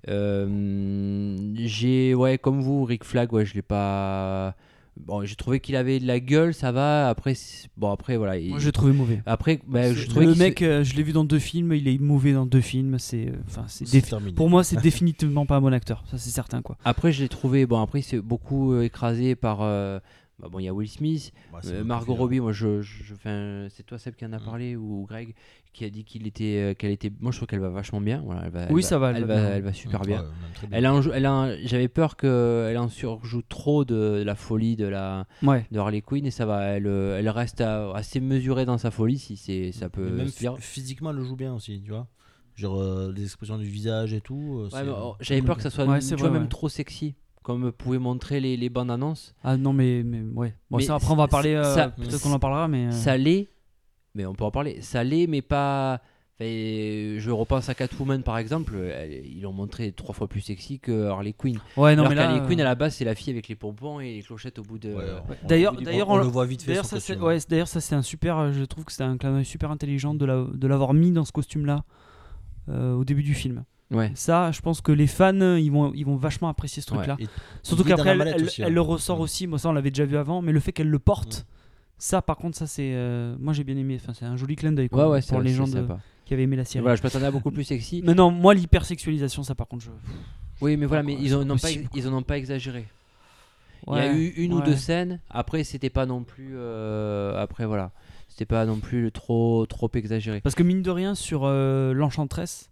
Speaker 7: Euh, j'ai, ouais, comme vous, Rick Flag, ouais, je l'ai pas. Bon, j'ai trouvé qu'il avait de la gueule, ça va. Après, c'est- bon, après, voilà. il-
Speaker 8: Moi, j'ai trouvé mauvais.
Speaker 7: Après, ben, je
Speaker 8: C'est-
Speaker 7: trouvais
Speaker 8: le
Speaker 7: qu'il se-
Speaker 8: mec, euh, je l'ai vu dans deux films, il est mauvais dans deux films. C'est, euh, enfin, c'est
Speaker 9: C'est
Speaker 8: défi-
Speaker 9: terminé.
Speaker 8: pour moi, c'est définitivement pas un bon acteur. Ça, c'est certain, quoi.
Speaker 7: Après, je l'ai trouvé. Bon, après, c'est beaucoup euh, écrasé par. euh, bah, bon, il y a Will Smith,
Speaker 9: Bah, c'est
Speaker 7: euh,
Speaker 9: le
Speaker 7: Margot
Speaker 9: profil,
Speaker 7: Robbie. Moi, je, je, je- enfin, c'est toi, Seb, qui en a
Speaker 9: Mm.
Speaker 7: parlé ou Greg, qui a dit qu'il était, euh, qu'elle était. Moi, je trouve qu'elle va vachement bien. Voilà, elle va,
Speaker 8: Oui,
Speaker 7: elle
Speaker 8: ça va, elle
Speaker 7: Elle
Speaker 8: va
Speaker 7: va,
Speaker 8: bien.
Speaker 7: elle va super
Speaker 9: Ouais,
Speaker 7: bien.
Speaker 9: même très bien.
Speaker 7: Elle en joue- elle en- j'avais peur qu'elle en surjoue trop de la folie de la
Speaker 8: Ouais.
Speaker 7: de Harley Quinn et ça va. Elle, euh, elle reste à- assez mesurée dans sa folie si c'est, ça peut
Speaker 9: Mais même
Speaker 7: se dire.
Speaker 9: phy- physiquement, elle le joue bien aussi, tu vois. Genre euh, les expressions du visage et tout. euh,
Speaker 7: Ouais,
Speaker 9: c'est-
Speaker 7: mais, oh, j'avais peur que ça soit
Speaker 8: Ouais,
Speaker 7: tu
Speaker 8: c'est
Speaker 7: vois,
Speaker 8: vrai,
Speaker 7: même
Speaker 8: ouais.
Speaker 7: trop sexy, comme pouvaient montrer les, les bandes annonces.
Speaker 8: Ah non, mais, mais ouais. Bon,
Speaker 7: Mais
Speaker 8: ça, après, on va
Speaker 7: ça-
Speaker 8: parler. euh,
Speaker 7: ça-
Speaker 8: peut-être qu'on en parlera, mais. euh,
Speaker 7: Ça l'est, mais on peut en parler. Ça l'est, mais pas. Enfin, je repense à Catwoman par exemple. elle- ils l'ont montré trois fois plus sexy que Harley Quinn.
Speaker 8: Ouais, non,
Speaker 7: Alors
Speaker 8: mais là.
Speaker 7: qu'Harley Quinn
Speaker 8: euh,
Speaker 7: à la base c'est la fille avec les pompons et les clochettes au bout de.
Speaker 9: Ouais,
Speaker 8: Ouais.
Speaker 9: on-
Speaker 8: D'ailleurs,
Speaker 7: on-
Speaker 8: d'ailleurs,
Speaker 9: on,
Speaker 8: on,
Speaker 9: le voit vite fait.
Speaker 8: D'ailleurs,
Speaker 9: son
Speaker 8: ça, c'est,
Speaker 9: costume.
Speaker 8: ouais, d'ailleurs, ça c'est un super. euh, Je trouve que c'était un clin d'œil super intelligent de, la, de l'avoir mis dans ce costume-là euh, au début du film.
Speaker 7: Ouais.
Speaker 8: Ça, je pense que les fans, euh, ils vont, ils vont vachement apprécier ce
Speaker 7: Ouais.
Speaker 8: truc-là.
Speaker 9: Et
Speaker 8: Surtout
Speaker 9: il est dans
Speaker 8: qu'après,
Speaker 9: la
Speaker 8: elle,
Speaker 9: mallette
Speaker 8: elle-
Speaker 9: aussi,
Speaker 8: elle
Speaker 9: hein.
Speaker 8: le ressort
Speaker 9: Ouais.
Speaker 8: aussi. Moi, ça, on l'avait déjà vu avant, mais le fait qu'elle le porte,
Speaker 9: Mm.
Speaker 8: ça, par contre, ça, c'est. euh, moi, j'ai bien aimé. Enfin, c'est un joli clin d'œil
Speaker 7: Ouais,
Speaker 8: quoi,
Speaker 7: ouais, c'est,
Speaker 8: pour les
Speaker 7: c'est
Speaker 8: gens de-
Speaker 7: sympa.
Speaker 8: qui avaient aimé la
Speaker 7: Et
Speaker 8: série.
Speaker 7: voilà, je m'attendais à beaucoup plus sexy.
Speaker 8: Mais non, moi, l'hypersexualisation, ça, par contre, je.
Speaker 7: Oui, mais voilà, mais
Speaker 8: quoi,
Speaker 7: ils
Speaker 8: c'est
Speaker 7: en ont pas,
Speaker 8: impossible,
Speaker 7: ils en ont pas exagéré. Il y
Speaker 8: Ouais,
Speaker 7: a eu une ou
Speaker 8: ouais.
Speaker 7: deux scènes. Après, c'était pas non plus. euh, Après, voilà, c'était pas non plus trop, trop exagéré.
Speaker 8: Parce que mine de rien, sur euh, l'Enchantress,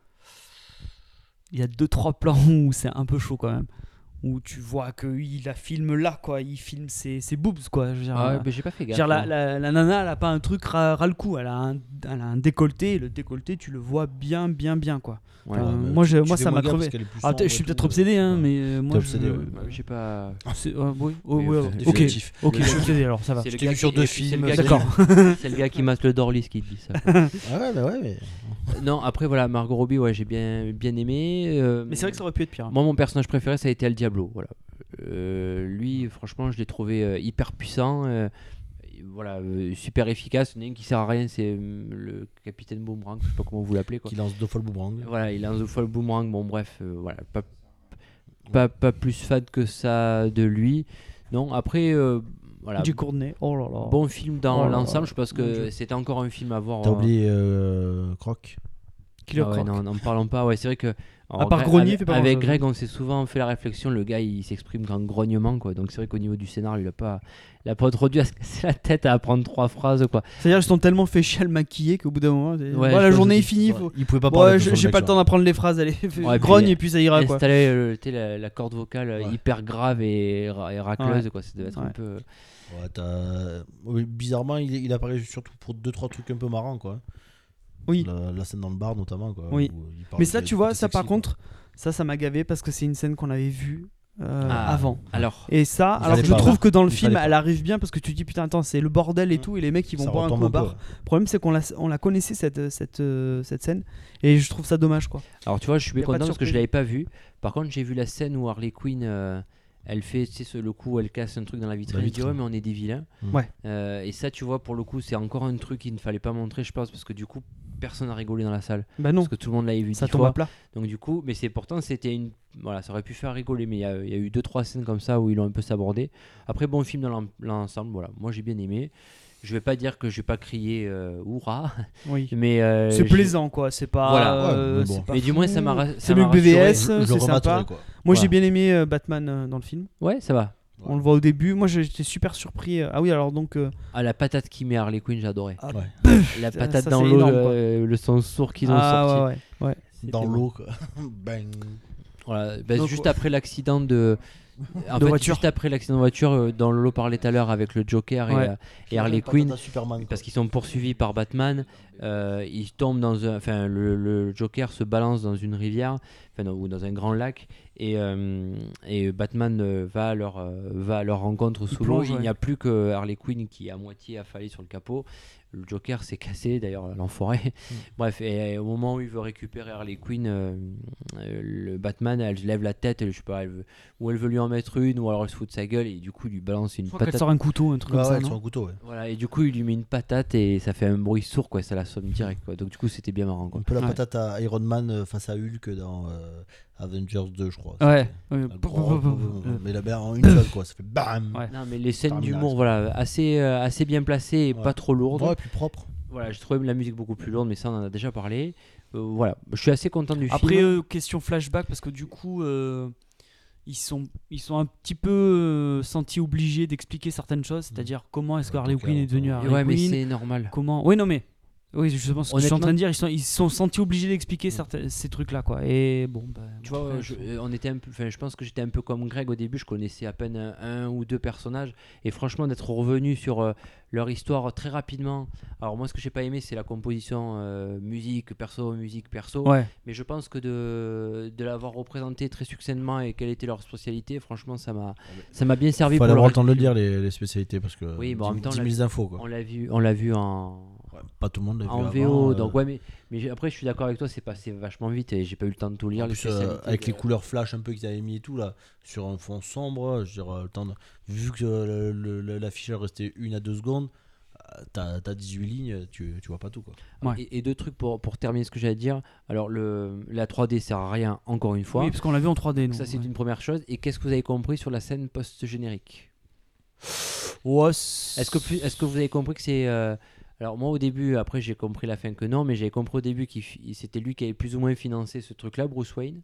Speaker 8: il y a deux trois plans où c'est un peu chaud quand même. Où tu vois qu'il la filme là, quoi. Il filme ses, ses boobs, quoi. Je veux dire,
Speaker 7: Ah ouais,
Speaker 8: euh,
Speaker 7: mais j'ai pas fait
Speaker 8: je veux
Speaker 7: gaffe.
Speaker 8: dire, la,
Speaker 7: hein.
Speaker 8: la, la nana, elle a pas un truc ras, ras le cou. Elle a, un, elle a un décolleté. Et le décolleté, tu le vois bien, bien, bien, quoi.
Speaker 7: Ouais.
Speaker 8: Enfin,
Speaker 9: Ouais, mais
Speaker 8: moi,
Speaker 9: tu-
Speaker 8: je-
Speaker 9: tu
Speaker 8: moi
Speaker 9: fais
Speaker 8: ça
Speaker 9: moins
Speaker 8: m'a
Speaker 9: gaffe
Speaker 8: crevé.
Speaker 9: parce qu'elle est plus
Speaker 8: Ah,
Speaker 9: sombre
Speaker 8: je
Speaker 9: et
Speaker 8: suis
Speaker 9: tout,
Speaker 8: peut-être
Speaker 9: ouais.
Speaker 8: obsédé, hein,
Speaker 9: Ouais.
Speaker 8: mais euh, moi,
Speaker 9: T'es
Speaker 8: je-
Speaker 9: obsédé, ouais.
Speaker 7: Ouais, j'ai pas.
Speaker 8: c'est- ouais, oui, oh,
Speaker 7: Mais,
Speaker 8: ouais,
Speaker 7: euh,
Speaker 8: ok,
Speaker 9: définitif.
Speaker 8: ok, je suis
Speaker 7: Le-
Speaker 8: obsédé alors, ça va.
Speaker 7: C'est le
Speaker 9: t'ai
Speaker 7: gars
Speaker 9: vu sur
Speaker 7: qui-
Speaker 9: deux
Speaker 7: et puis c'est le
Speaker 9: films,
Speaker 7: gars
Speaker 9: c'est
Speaker 7: qui-
Speaker 8: D'accord.
Speaker 7: C'est le gars qui mate le Dorlis qui dit ça.
Speaker 9: Ah ouais, bah ouais, mais.
Speaker 7: Non, après voilà, Margot Robbie, ouais, j'ai bien, bien aimé. euh,
Speaker 8: Mais c'est vrai que ça aurait pu être pire.
Speaker 7: Moi, mon personnage préféré, ça a été El Diablo. Voilà. Euh, lui, franchement, je l'ai trouvé euh, hyper puissant. euh, et voilà, euh, super efficace. Il y en a un qui sert à rien, c'est euh, le capitaine Boomerang. Je sais pas comment vous l'appelez. Quoi.
Speaker 9: Qui lance deux fois le boomerang.
Speaker 7: Voilà, il lance deux fois le boomerang. Bon, bref, euh, voilà, pas, pas, pas plus fan que ça de lui. Non, après, euh, voilà.
Speaker 8: Jay Courtney, oh là là.
Speaker 7: Bon film dans
Speaker 8: Oh là là,
Speaker 7: l'ensemble. Je pense
Speaker 8: mon
Speaker 7: que
Speaker 8: Dieu.
Speaker 7: c'était encore un film à voir.
Speaker 9: T'as
Speaker 7: euh,
Speaker 9: oublié euh, Croc.
Speaker 8: Killer
Speaker 7: ah ouais,
Speaker 8: Croc.
Speaker 7: non, n'en parlons pas. Ouais, c'est vrai que.
Speaker 8: À part
Speaker 7: Greg-
Speaker 8: grogner,
Speaker 7: avec,
Speaker 8: fait pas
Speaker 7: avec
Speaker 8: grand-chose.
Speaker 7: Greg, on s'est souvent fait la réflexion. Le gars, il s'exprime qu'en grognement, quoi. Donc c'est vrai qu'au niveau du scénar, il a pas, il a pas trop dû à se casser la tête à apprendre trois phrases, quoi.
Speaker 8: C'est-à-dire qu'ils sont tellement fait chier à le maquiller qu'au bout d'un moment, c'est-
Speaker 7: Ouais,
Speaker 8: Bon,
Speaker 7: je
Speaker 8: la
Speaker 7: pense
Speaker 8: journée est
Speaker 7: aussi.
Speaker 8: finie.
Speaker 9: Ouais,
Speaker 8: Faut...
Speaker 9: Il pouvait pas
Speaker 8: Bon,
Speaker 9: parler.
Speaker 8: je-
Speaker 9: de son
Speaker 8: j'ai pas
Speaker 9: mec,
Speaker 8: le temps d'apprendre les phrases. Allez, fais-
Speaker 7: Ouais,
Speaker 8: grogne
Speaker 7: puis,
Speaker 8: et puis ça ira quoi.
Speaker 7: Installer euh, tu sais, la, la corde vocale euh,
Speaker 9: Ouais.
Speaker 7: hyper grave et, ra- et racleuse,
Speaker 8: Ouais.
Speaker 7: quoi. Ça devait être
Speaker 8: Ouais.
Speaker 7: un peu.
Speaker 9: Ouais, t'as- oui, bizarrement, il, il apparaît surtout pour deux trois trucs un peu marrants, quoi.
Speaker 8: Oui.
Speaker 9: La, la scène dans le bar, notamment, quoi.
Speaker 8: Oui.
Speaker 9: où il parle
Speaker 8: Mais ça,
Speaker 9: de-
Speaker 8: tu vois,
Speaker 9: de
Speaker 8: ça par
Speaker 9: sexy, quoi.
Speaker 8: contre, ça, ça m'a gavé parce que c'est une scène qu'on avait vue euh,
Speaker 7: Ah,
Speaker 8: avant.
Speaker 7: Alors,
Speaker 8: Et ça,
Speaker 9: Il
Speaker 8: alors
Speaker 9: fallait
Speaker 8: je
Speaker 9: pas,
Speaker 8: trouve
Speaker 9: ouais.
Speaker 8: que dans le
Speaker 9: Il
Speaker 8: film,
Speaker 9: fallait pas.
Speaker 8: elle arrive bien parce que tu te dis putain, attends, c'est le bordel et tout, et les mecs ils vont
Speaker 9: Ça
Speaker 8: boire un
Speaker 9: retombe
Speaker 8: coup au
Speaker 9: un peu,
Speaker 8: bar.
Speaker 9: ouais.
Speaker 8: Le problème, c'est qu'on la, on la connaissait cette, cette, euh, cette scène, et je trouve ça dommage quoi.
Speaker 7: alors tu vois, je suis
Speaker 8: Y
Speaker 7: bien
Speaker 8: a pas de
Speaker 7: content parce que je
Speaker 8: surprise.
Speaker 7: l'avais pas vu. Par contre, j'ai vu la scène où Harley Quinn. euh, Elle fait, tu sais, ce- le coup, elle casse un truc dans la vitrine.
Speaker 9: La
Speaker 7: Elle dit,
Speaker 9: vitrine.
Speaker 7: ouais, mais on est des vilains.
Speaker 8: Ouais.
Speaker 7: Euh, et ça, tu vois, pour le coup, c'est encore un truc qu'il ne fallait pas montrer, je pense, parce que du coup, personne n'a rigolé dans la salle.
Speaker 8: Bah non,
Speaker 7: Parce que tout le monde l'avait vu
Speaker 8: ça
Speaker 7: dix
Speaker 8: tombe
Speaker 7: fois.
Speaker 8: à plat.
Speaker 7: Donc du coup, mais c'est pourtant c'était une, voilà, ça aurait pu faire rigoler, mais il y, a- il y a eu deux trois scènes comme ça où ils l'ont un peu sabordé. Après, bon film dans l'en- l'ensemble, voilà. Moi j'ai bien aimé. Je vais pas dire que je vais pas crier euh, hurrah,
Speaker 8: Oui.
Speaker 7: mais euh,
Speaker 8: C'est
Speaker 7: j'ai-
Speaker 8: plaisant quoi, c'est pas.
Speaker 7: Voilà.
Speaker 8: euh,
Speaker 9: Ouais, mais bon.
Speaker 8: c'est pas
Speaker 7: Mais du moins ça
Speaker 8: fou.
Speaker 7: m'a ra-
Speaker 8: C'est
Speaker 7: ça
Speaker 8: mieux
Speaker 7: m'a
Speaker 8: que B V S,
Speaker 7: rassuré.
Speaker 9: Je- je le
Speaker 8: c'est
Speaker 9: rematerai,
Speaker 8: sympa.
Speaker 9: quoi.
Speaker 8: Moi
Speaker 7: Voilà.
Speaker 8: j'ai bien aimé euh, Batman euh, dans le film.
Speaker 7: Ouais, ça va.
Speaker 8: On le voit au début. Moi j'étais super surpris. euh, Ah oui, alors donc. euh,
Speaker 7: Ah, la patate qui met Harley Quinn, j'ai adoré.
Speaker 8: Ah,
Speaker 9: Ouais.
Speaker 7: La
Speaker 8: ça,
Speaker 7: patate
Speaker 8: ça,
Speaker 7: dans
Speaker 8: c'est
Speaker 7: l'eau,
Speaker 8: énorme, quoi.
Speaker 7: le, le son sourd qu'ils ont
Speaker 8: ah,
Speaker 7: sorti.
Speaker 8: ouais, ouais, ouais.
Speaker 7: C'était
Speaker 9: Dans
Speaker 7: bon.
Speaker 9: l'eau, quoi. Bang.
Speaker 7: Voilà, bah,
Speaker 8: Donc,
Speaker 7: juste
Speaker 8: ouais.
Speaker 7: après l'accident de. En
Speaker 8: De
Speaker 7: fait,
Speaker 8: voiture.
Speaker 7: juste après l'accident de voiture, euh, dont Lolo parlait tout à l'heure avec le Joker et,
Speaker 8: Ouais.
Speaker 7: euh, et Harley Quinn,
Speaker 9: Superman,
Speaker 7: parce qu'ils sont poursuivis par Batman, euh, ils tombent dans un, enfin le, le Joker se balance dans une rivière, enfin dans- ou dans un grand lac, et, euh, et Batman euh, va à leur euh, va à leur rencontre sous l'eau.
Speaker 8: plonge,
Speaker 7: Il
Speaker 8: ouais.
Speaker 7: n'y a plus que Harley Quinn qui est à moitié affalée sur le capot. Le Joker s'est cassé, d'ailleurs, l'enfoiré. Bref, et au moment où il veut récupérer Harley Quinn, euh, euh, le Batman, elle lève la tête, elle, je sais pas, elle veut, ou elle veut lui en mettre une, ou alors elle se fout de sa gueule, et du coup, il lui balance une
Speaker 8: Je crois qu'elle
Speaker 7: patate.
Speaker 8: sort un couteau, un truc
Speaker 9: Ouais,
Speaker 8: comme
Speaker 9: ouais,
Speaker 8: ça,
Speaker 9: elle
Speaker 8: non
Speaker 9: sort un couteau, ouais.
Speaker 7: Voilà, et du coup, il lui met une patate, et ça fait un bruit sourd, quoi, ça l'assomme direct, quoi. Donc, du coup, c'était bien marrant, quoi.
Speaker 9: Un peu la
Speaker 8: Ouais.
Speaker 9: patate à Iron Man euh, face à Hulk dans euh, Avengers deux, je crois.
Speaker 8: Ouais.
Speaker 9: C'était
Speaker 8: ouais.
Speaker 9: un gros-
Speaker 8: Euh,
Speaker 9: Mais la en une seule, quoi. Ça fait bam.
Speaker 8: Ouais.
Speaker 7: Non, mais les scènes
Speaker 9: Terminal,
Speaker 7: d'humour,
Speaker 9: ça.
Speaker 7: voilà, assez, euh, assez bien placées et
Speaker 9: Ouais.
Speaker 7: pas trop lourdes.
Speaker 9: Ouais, plus propre.
Speaker 7: Voilà, j'ai trouvé la musique beaucoup plus lourde, mais ça, on en a déjà parlé. Euh, voilà, je suis assez content du
Speaker 8: Après,
Speaker 7: film.
Speaker 8: euh, question flashback, parce que du coup, euh, ils, sont, ils sont un petit peu euh, sentis obligés d'expliquer certaines choses, c'est-à-dire comment est-ce que
Speaker 9: Ouais,
Speaker 8: Harley
Speaker 9: donc,
Speaker 8: Quinn est devenue
Speaker 9: euh,
Speaker 8: Harley
Speaker 7: Ouais, mais
Speaker 8: Quinn,
Speaker 7: c'est normal.
Speaker 8: comment... Oui, non, mais... Oui, justement, ce que je suis en
Speaker 7: Honnêtement-
Speaker 8: train de dire, ils sont, ils sont sentis obligés d'expliquer certains, ces trucs-là, quoi. Et bon, bah,
Speaker 7: Tu
Speaker 8: bon,
Speaker 7: vois,
Speaker 8: après,
Speaker 7: je,
Speaker 8: faut-
Speaker 7: euh, on était un peu, enfin, je pense que j'étais un peu comme Greg au début, je connaissais à peine un, un ou deux personnages, et franchement d'être revenu sur euh, leur histoire très rapidement. Alors moi, ce que j'ai pas aimé, c'est la composition euh, musique perso, musique perso.
Speaker 8: Ouais.
Speaker 7: Mais je pense que de, de l'avoir représenté très succinctement et quelle était leur spécialité, franchement, ça m'a, ça m'a bien servi.
Speaker 9: Il
Speaker 7: pour
Speaker 9: fallait
Speaker 7: le
Speaker 9: avoir le
Speaker 7: reste
Speaker 9: temps de
Speaker 7: du
Speaker 9: le
Speaker 7: film.
Speaker 9: dire, les, les spécialités, parce que
Speaker 7: Oui, bon, en même temps,
Speaker 9: dix
Speaker 7: on l'a
Speaker 9: mille
Speaker 7: vu-
Speaker 9: infos, quoi.
Speaker 7: On l'a vu, on l'a vu en.
Speaker 9: Ouais, pas tout le monde l'a vu
Speaker 7: En
Speaker 9: avant,
Speaker 7: V O,
Speaker 9: euh,
Speaker 7: donc ouais, mais, mais j'ai- après je suis d'accord avec toi, c'est passé vachement vite et j'ai pas eu le temps de tout lire.
Speaker 9: En
Speaker 7: les
Speaker 9: plus, euh,
Speaker 7: spécialités
Speaker 9: avec
Speaker 7: de-
Speaker 9: les couleurs flash un peu qu'ils avaient mis et tout là, sur un fond sombre, je dirais, le temps de- vu que euh, le- le- l'afficheur restait une à deux secondes, euh, t'as t'as dix-huit lignes, tu, tu vois pas tout, quoi.
Speaker 8: Ouais.
Speaker 7: Et, et deux trucs pour, pour terminer ce que j'allais dire. Alors, le, la trois D sert à rien, encore une fois.
Speaker 8: Oui, parce qu'on l'a vu en trois D, nous.
Speaker 7: Ça, c'est
Speaker 8: ouais.
Speaker 7: une première chose. Et qu'est-ce que vous avez compris sur la scène post-générique?
Speaker 8: Ouais,
Speaker 7: Est-ce que, plus- est-ce que vous avez compris que c'est. euh, Alors, moi, au début, après, j'ai compris la fin que non, mais j'avais compris au début que c'était lui qui avait plus ou moins financé ce truc-là, Bruce Wayne.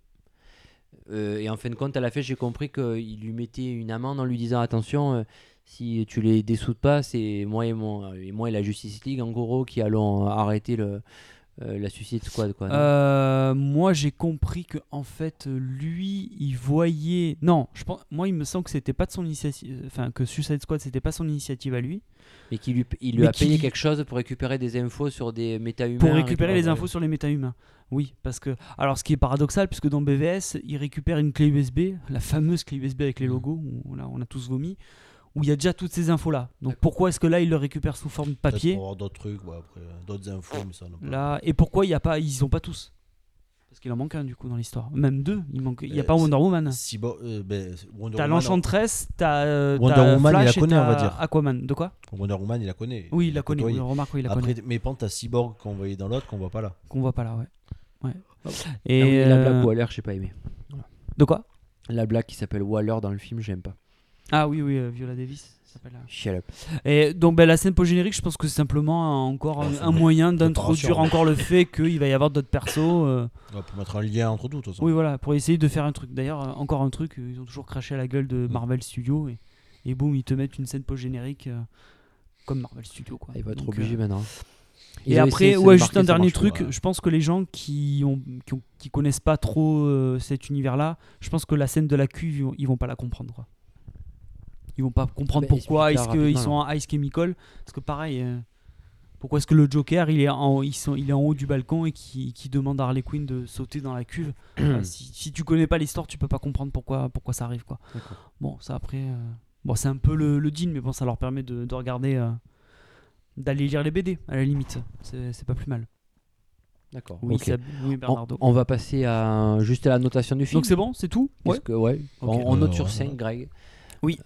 Speaker 7: Euh, et en fin de compte, à la fin, j'ai compris qu'il lui mettait une amende en lui disant attention, euh, si tu les dessoudes pas, c'est moi et, mon, et moi et la Justice League, en gros, qui allons arrêter le, euh, la Suicide Squad. Quoi, non
Speaker 8: Euh, moi, j'ai compris que en fait, lui, il voyait. Non, je pense. Moi, il me semble que c'était pas de son initiative. Enfin, que Suicide Squad, c'était pas son initiative à lui.
Speaker 7: Mais qu'il lui, il lui
Speaker 8: Mais
Speaker 7: a payé
Speaker 8: qui-
Speaker 7: quelque chose pour récupérer des infos sur des méta-humains.
Speaker 8: Pour récupérer les
Speaker 7: ouais.
Speaker 8: infos sur les méta-humains. Oui, parce que. Alors, ce qui est paradoxal, puisque dans B V S, il récupère une clé U S B, la fameuse clé U S B avec les logos, où là, on a tous vomi, où il y a déjà toutes ces infos-là. Donc, pourquoi est-ce que là, il le récupère sous forme de
Speaker 9: Peut-être
Speaker 8: papier
Speaker 9: pour avoir d'autres trucs, ouais, après, euh, d'autres infos, mais ça non. pas.
Speaker 8: là, et pourquoi il y a pas, ils ont pas tous? Parce qu'il en manque un du coup dans l'histoire. Même deux. Il manque. Il y a
Speaker 9: Euh,
Speaker 8: pas
Speaker 9: c'est-
Speaker 8: Wonder Woman.
Speaker 9: Cyborg, euh, ben, Wonder
Speaker 8: T'as
Speaker 9: Woman,
Speaker 8: l'Enchantress, t'as euh,
Speaker 9: Wonder
Speaker 8: t'as
Speaker 9: Woman, il la
Speaker 8: Flash et
Speaker 9: connaît, on va
Speaker 8: t'as
Speaker 9: dire.
Speaker 8: Aquaman. De quoi?
Speaker 9: Wonder Woman, il la connaît.
Speaker 8: Oui, il la connaît.
Speaker 9: côtoyé.
Speaker 8: Oui, remarque, oui, il la
Speaker 9: Après,
Speaker 8: connaît.
Speaker 9: mais par contre, t'as Cyborg qu'on voyait dans l'autre, qu'on voit pas là.
Speaker 8: Qu'on voit pas là, ouais. ouais.
Speaker 7: Ah
Speaker 8: Et
Speaker 7: oui, la
Speaker 8: euh,
Speaker 7: blague Waller, j'ai pas aimé.
Speaker 8: de quoi?
Speaker 7: La blague qui s'appelle Waller dans le film, j'aime pas.
Speaker 8: Ah oui, oui, euh, Viola Davis. ça s'appelle, euh.
Speaker 7: Shut up.
Speaker 8: Et donc ben, la scène post-générique, je pense que c'est simplement un- encore un,
Speaker 9: c'est
Speaker 8: un
Speaker 9: une
Speaker 8: moyen
Speaker 9: préparation.
Speaker 8: d'introduire encore le fait qu'il va y avoir d'autres persos. euh.
Speaker 9: Ouais, pour mettre un lien entre tout, de toute façon.
Speaker 8: Oui, voilà, pour essayer de faire un truc. D'ailleurs, euh, encore un truc, euh, ils ont toujours craché à la gueule de
Speaker 9: Mm.
Speaker 8: Marvel Studios et, et boum, ils te mettent une scène post-générique euh, comme Marvel Studios. Quoi.
Speaker 7: Il va être
Speaker 8: Donc,
Speaker 7: obligé
Speaker 8: euh,
Speaker 7: maintenant. Ils
Speaker 8: Et
Speaker 7: ont
Speaker 8: après,
Speaker 7: essayé de se
Speaker 8: ouais,
Speaker 7: démarquer,
Speaker 8: juste un
Speaker 7: ça
Speaker 8: dernier
Speaker 7: marche pas.
Speaker 8: truc,
Speaker 9: ouais.
Speaker 8: je pense que les gens qui, ont, qui, ont- qui connaissent pas trop euh, cet univers-là, je pense que la scène de la cuve, ils vont, ils vont pas la comprendre. Quoi. Ils vont pas comprendre
Speaker 7: Bah,
Speaker 8: pourquoi
Speaker 7: explique-la
Speaker 8: est-ce qu'ils
Speaker 7: rapidement,
Speaker 8: sont en Ice Chemical. Parce que pareil, euh, pourquoi est-ce que le Joker il est en, ils sont, il est en haut du balcon et qui, qui demande à Harley Quinn de sauter dans la cuve. Enfin, si, si tu connais pas l'histoire, tu peux pas comprendre pourquoi, pourquoi ça arrive. Quoi.
Speaker 7: D'accord.
Speaker 8: Bon, ça après, euh, bon, c'est un peu le, le deal, mais bon, ça leur permet de, de regarder, euh, d'aller lire les B D à la limite. C'est, c'est pas plus mal.
Speaker 7: D'accord.
Speaker 8: Oui,
Speaker 7: ok.
Speaker 8: c'est- oui,
Speaker 7: On,
Speaker 8: Bernardo.
Speaker 7: on va passer à juste à la notation du film.
Speaker 8: Donc c'est bon, c'est tout.
Speaker 7: Qu'est-ce
Speaker 8: Ouais.
Speaker 7: que- ouais.
Speaker 8: Ok.
Speaker 7: On, on note
Speaker 9: Euh,
Speaker 7: sur
Speaker 9: ouais,
Speaker 7: cinq,
Speaker 9: ouais.
Speaker 7: Greg.
Speaker 8: Oui.